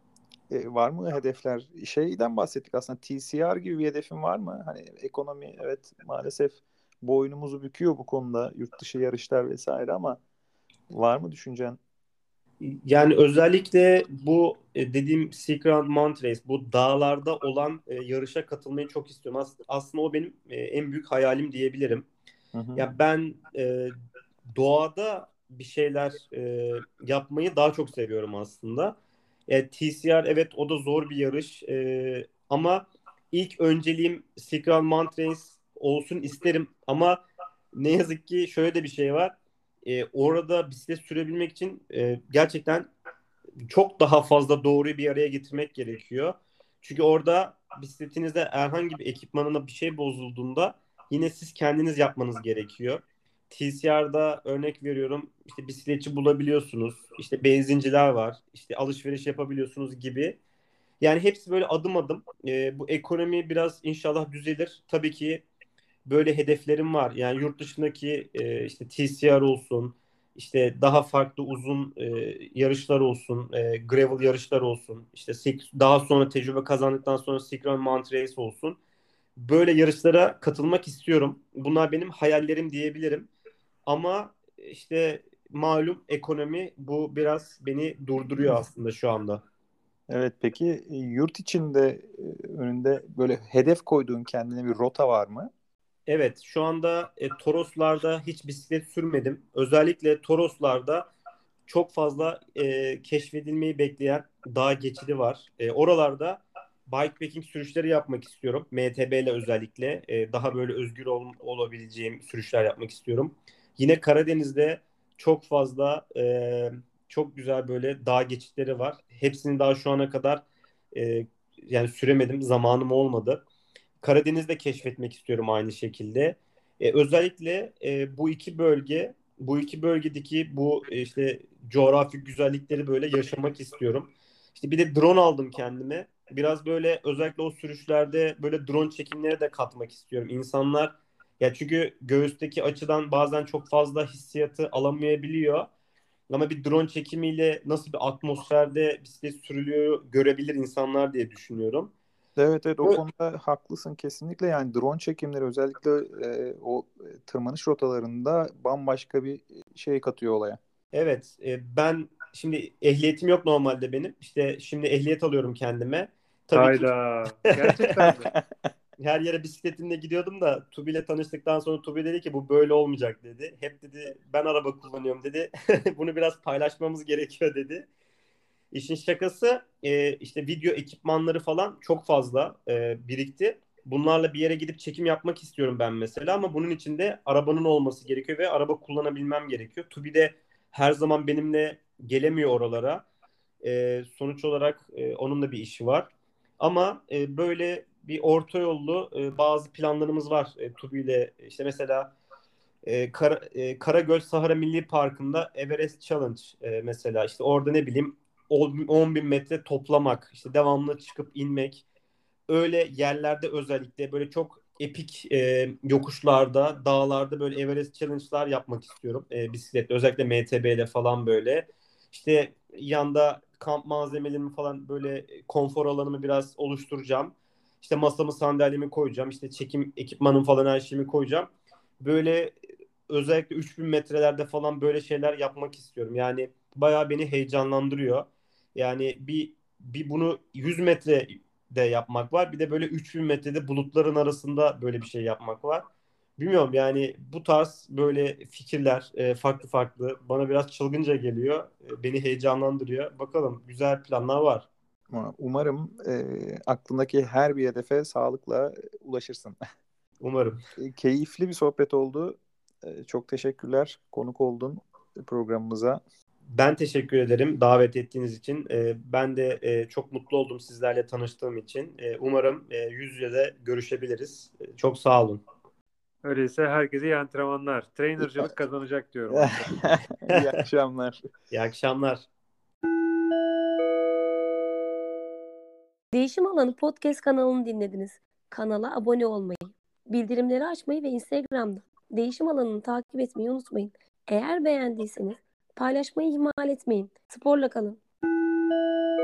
e, var mı hedefler? Şeyden bahsettik aslında. T C R gibi bir hedefin var mı? Hani ekonomi evet maalesef boynumuzu büküyor bu konuda. Yurt dışı yarışlar vesaire ama var mı düşüncen? Yani özellikle bu e, dediğim Silk Road Mountain Race, bu dağlarda olan e, yarışa katılmayı çok istiyorum. As- aslında o benim e, en büyük hayalim diyebilirim. Hı hı. Ya ben e, doğada bir şeyler e, yapmayı daha çok seviyorum aslında. E, T C R evet, o da zor bir yarış. E, ama ilk önceliğim Silk Road Mountain Race olsun isterim. Ama ne yazık ki şöyle de bir şey var. E, orada bisiklet sürebilmek için e, gerçekten çok daha fazla doğruyu bir araya getirmek gerekiyor. Çünkü orada bisikletinizde herhangi bir ekipmanına bir şey bozulduğunda yine siz kendiniz yapmanız gerekiyor. T C R'da örnek veriyorum, işte bisikletçi bulabiliyorsunuz, işte benzinciler var, işte alışveriş yapabiliyorsunuz gibi. Yani hepsi böyle adım adım. Ee, bu ekonomi biraz inşallah düzelir. Tabii ki böyle hedeflerim var. Yani yurt dışındaki e, işte T C R olsun, işte daha farklı uzun e, yarışlar olsun, e, gravel yarışlar olsun, işte sek- daha sonra tecrübe kazandıktan sonra Synchron Mountain Race olsun. Böyle yarışlara katılmak istiyorum. Bunlar benim hayallerim diyebilirim. Ama işte malum ekonomi bu biraz beni durduruyor aslında şu anda. Evet peki e, yurt içinde e, önünde böyle hedef koyduğun kendine bir rota var mı? Evet, şu anda e, Toroslarda hiç bisiklet sürmedim. Özellikle Toroslarda çok fazla e, keşfedilmeyi bekleyen dağ geçidi var. E, oralarda bikepacking sürüşleri yapmak istiyorum. M T B ile özellikle e, daha böyle özgür ol- olabileceğim sürüşler yapmak istiyorum. Yine Karadeniz'de çok fazla e, çok güzel böyle dağ geçitleri var. Hepsini daha şu ana kadar e, yani süremedim, zamanım olmadı. Karadeniz'de keşfetmek istiyorum aynı şekilde. E, özellikle e, bu iki bölge, bu iki bölgedeki bu e, işte coğrafi güzellikleri böyle yaşamak istiyorum. İşte bir de drone aldım kendime. Biraz böyle özellikle o sürüşlerde böyle drone çekimleri de katmak istiyorum. İnsanlar ya çünkü göğüsteki açıdan bazen çok fazla hissiyatı alamayabiliyor. Ama bir drone çekimiyle nasıl bir atmosferde bisiklet sürülüyor görebilir insanlar diye düşünüyorum. Evet evet o konuda haklısın kesinlikle yani drone çekimleri özellikle e, o e, tırmanış rotalarında bambaşka bir şey katıyor olaya. Evet, e, ben şimdi ehliyetim yok normalde benim. İşte şimdi ehliyet alıyorum kendime. Tabii ki Hayda. Gerçekten mi? her yere bisikletimle gidiyordum da Tubi ile tanıştıktan sonra Tubi dedi ki bu böyle olmayacak dedi. Hep dedi ben araba kullanıyorum dedi. Bunu biraz paylaşmamız gerekiyor dedi. İşin şakası e, işte video ekipmanları falan çok fazla e, birikti. Bunlarla bir yere gidip çekim yapmak istiyorum ben mesela ama bunun için de arabanın olması gerekiyor ve araba kullanabilmem gerekiyor. Tubi de her zaman benimle gelemiyor oralara. E, sonuç olarak e, onun da bir işi var. Ama e, böyle bir orta yollu e, bazı planlarımız var e, Tubi ile. İşte mesela e, Kara, e, Karagöl Sahara Milli Parkı'nda Everest Challenge e, mesela işte orada ne bileyim on bin metre toplamak, işte devamlı çıkıp inmek. Öyle yerlerde özellikle böyle çok epik e, yokuşlarda, dağlarda böyle Everest Challenge'lar yapmak istiyorum. E, bisikletle özellikle M T B ile falan böyle. İşte yanda kamp malzemelerimi falan böyle konfor alanımı biraz oluşturacağım. İşte masamı sandalyemi koyacağım. İşte çekim ekipmanım falan her şeyimi koyacağım. Böyle özellikle üç bin metrelerde falan böyle şeyler yapmak istiyorum. Yani bayağı beni heyecanlandırıyor. Yani bir bir bunu yüz metre de yapmak var. Bir de böyle üç bin metrede bulutların arasında böyle bir şey yapmak var. Bilmiyorum yani bu tarz böyle fikirler e, farklı farklı bana biraz çılgınca geliyor. E, beni heyecanlandırıyor. Bakalım güzel planlar var. Ama umarım e, aklındaki her bir hedefe sağlıkla ulaşırsın. Umarım. E, Keyifli bir sohbet oldu. E, Çok teşekkürler. Konuk oldun programımıza. Ben teşekkür ederim davet ettiğiniz için. E, ben de e, çok mutlu oldum sizlerle tanıştığım için. E, umarım e, yüz yüze de görüşebiliriz. E, çok sağ olun. Öyleyse herkese iyi antrenmanlar. Trainercılık kazanacak diyorum arkadaşlar. İyi akşamlar. İyi akşamlar. Değişim Alanı Podcast kanalını dinlediniz. Kanala abone olmayı, bildirimleri açmayı ve Instagram'da Değişim Alanı'nı takip etmeyi unutmayın. Eğer beğendiyseniz paylaşmayı ihmal etmeyin. Sporla kalın.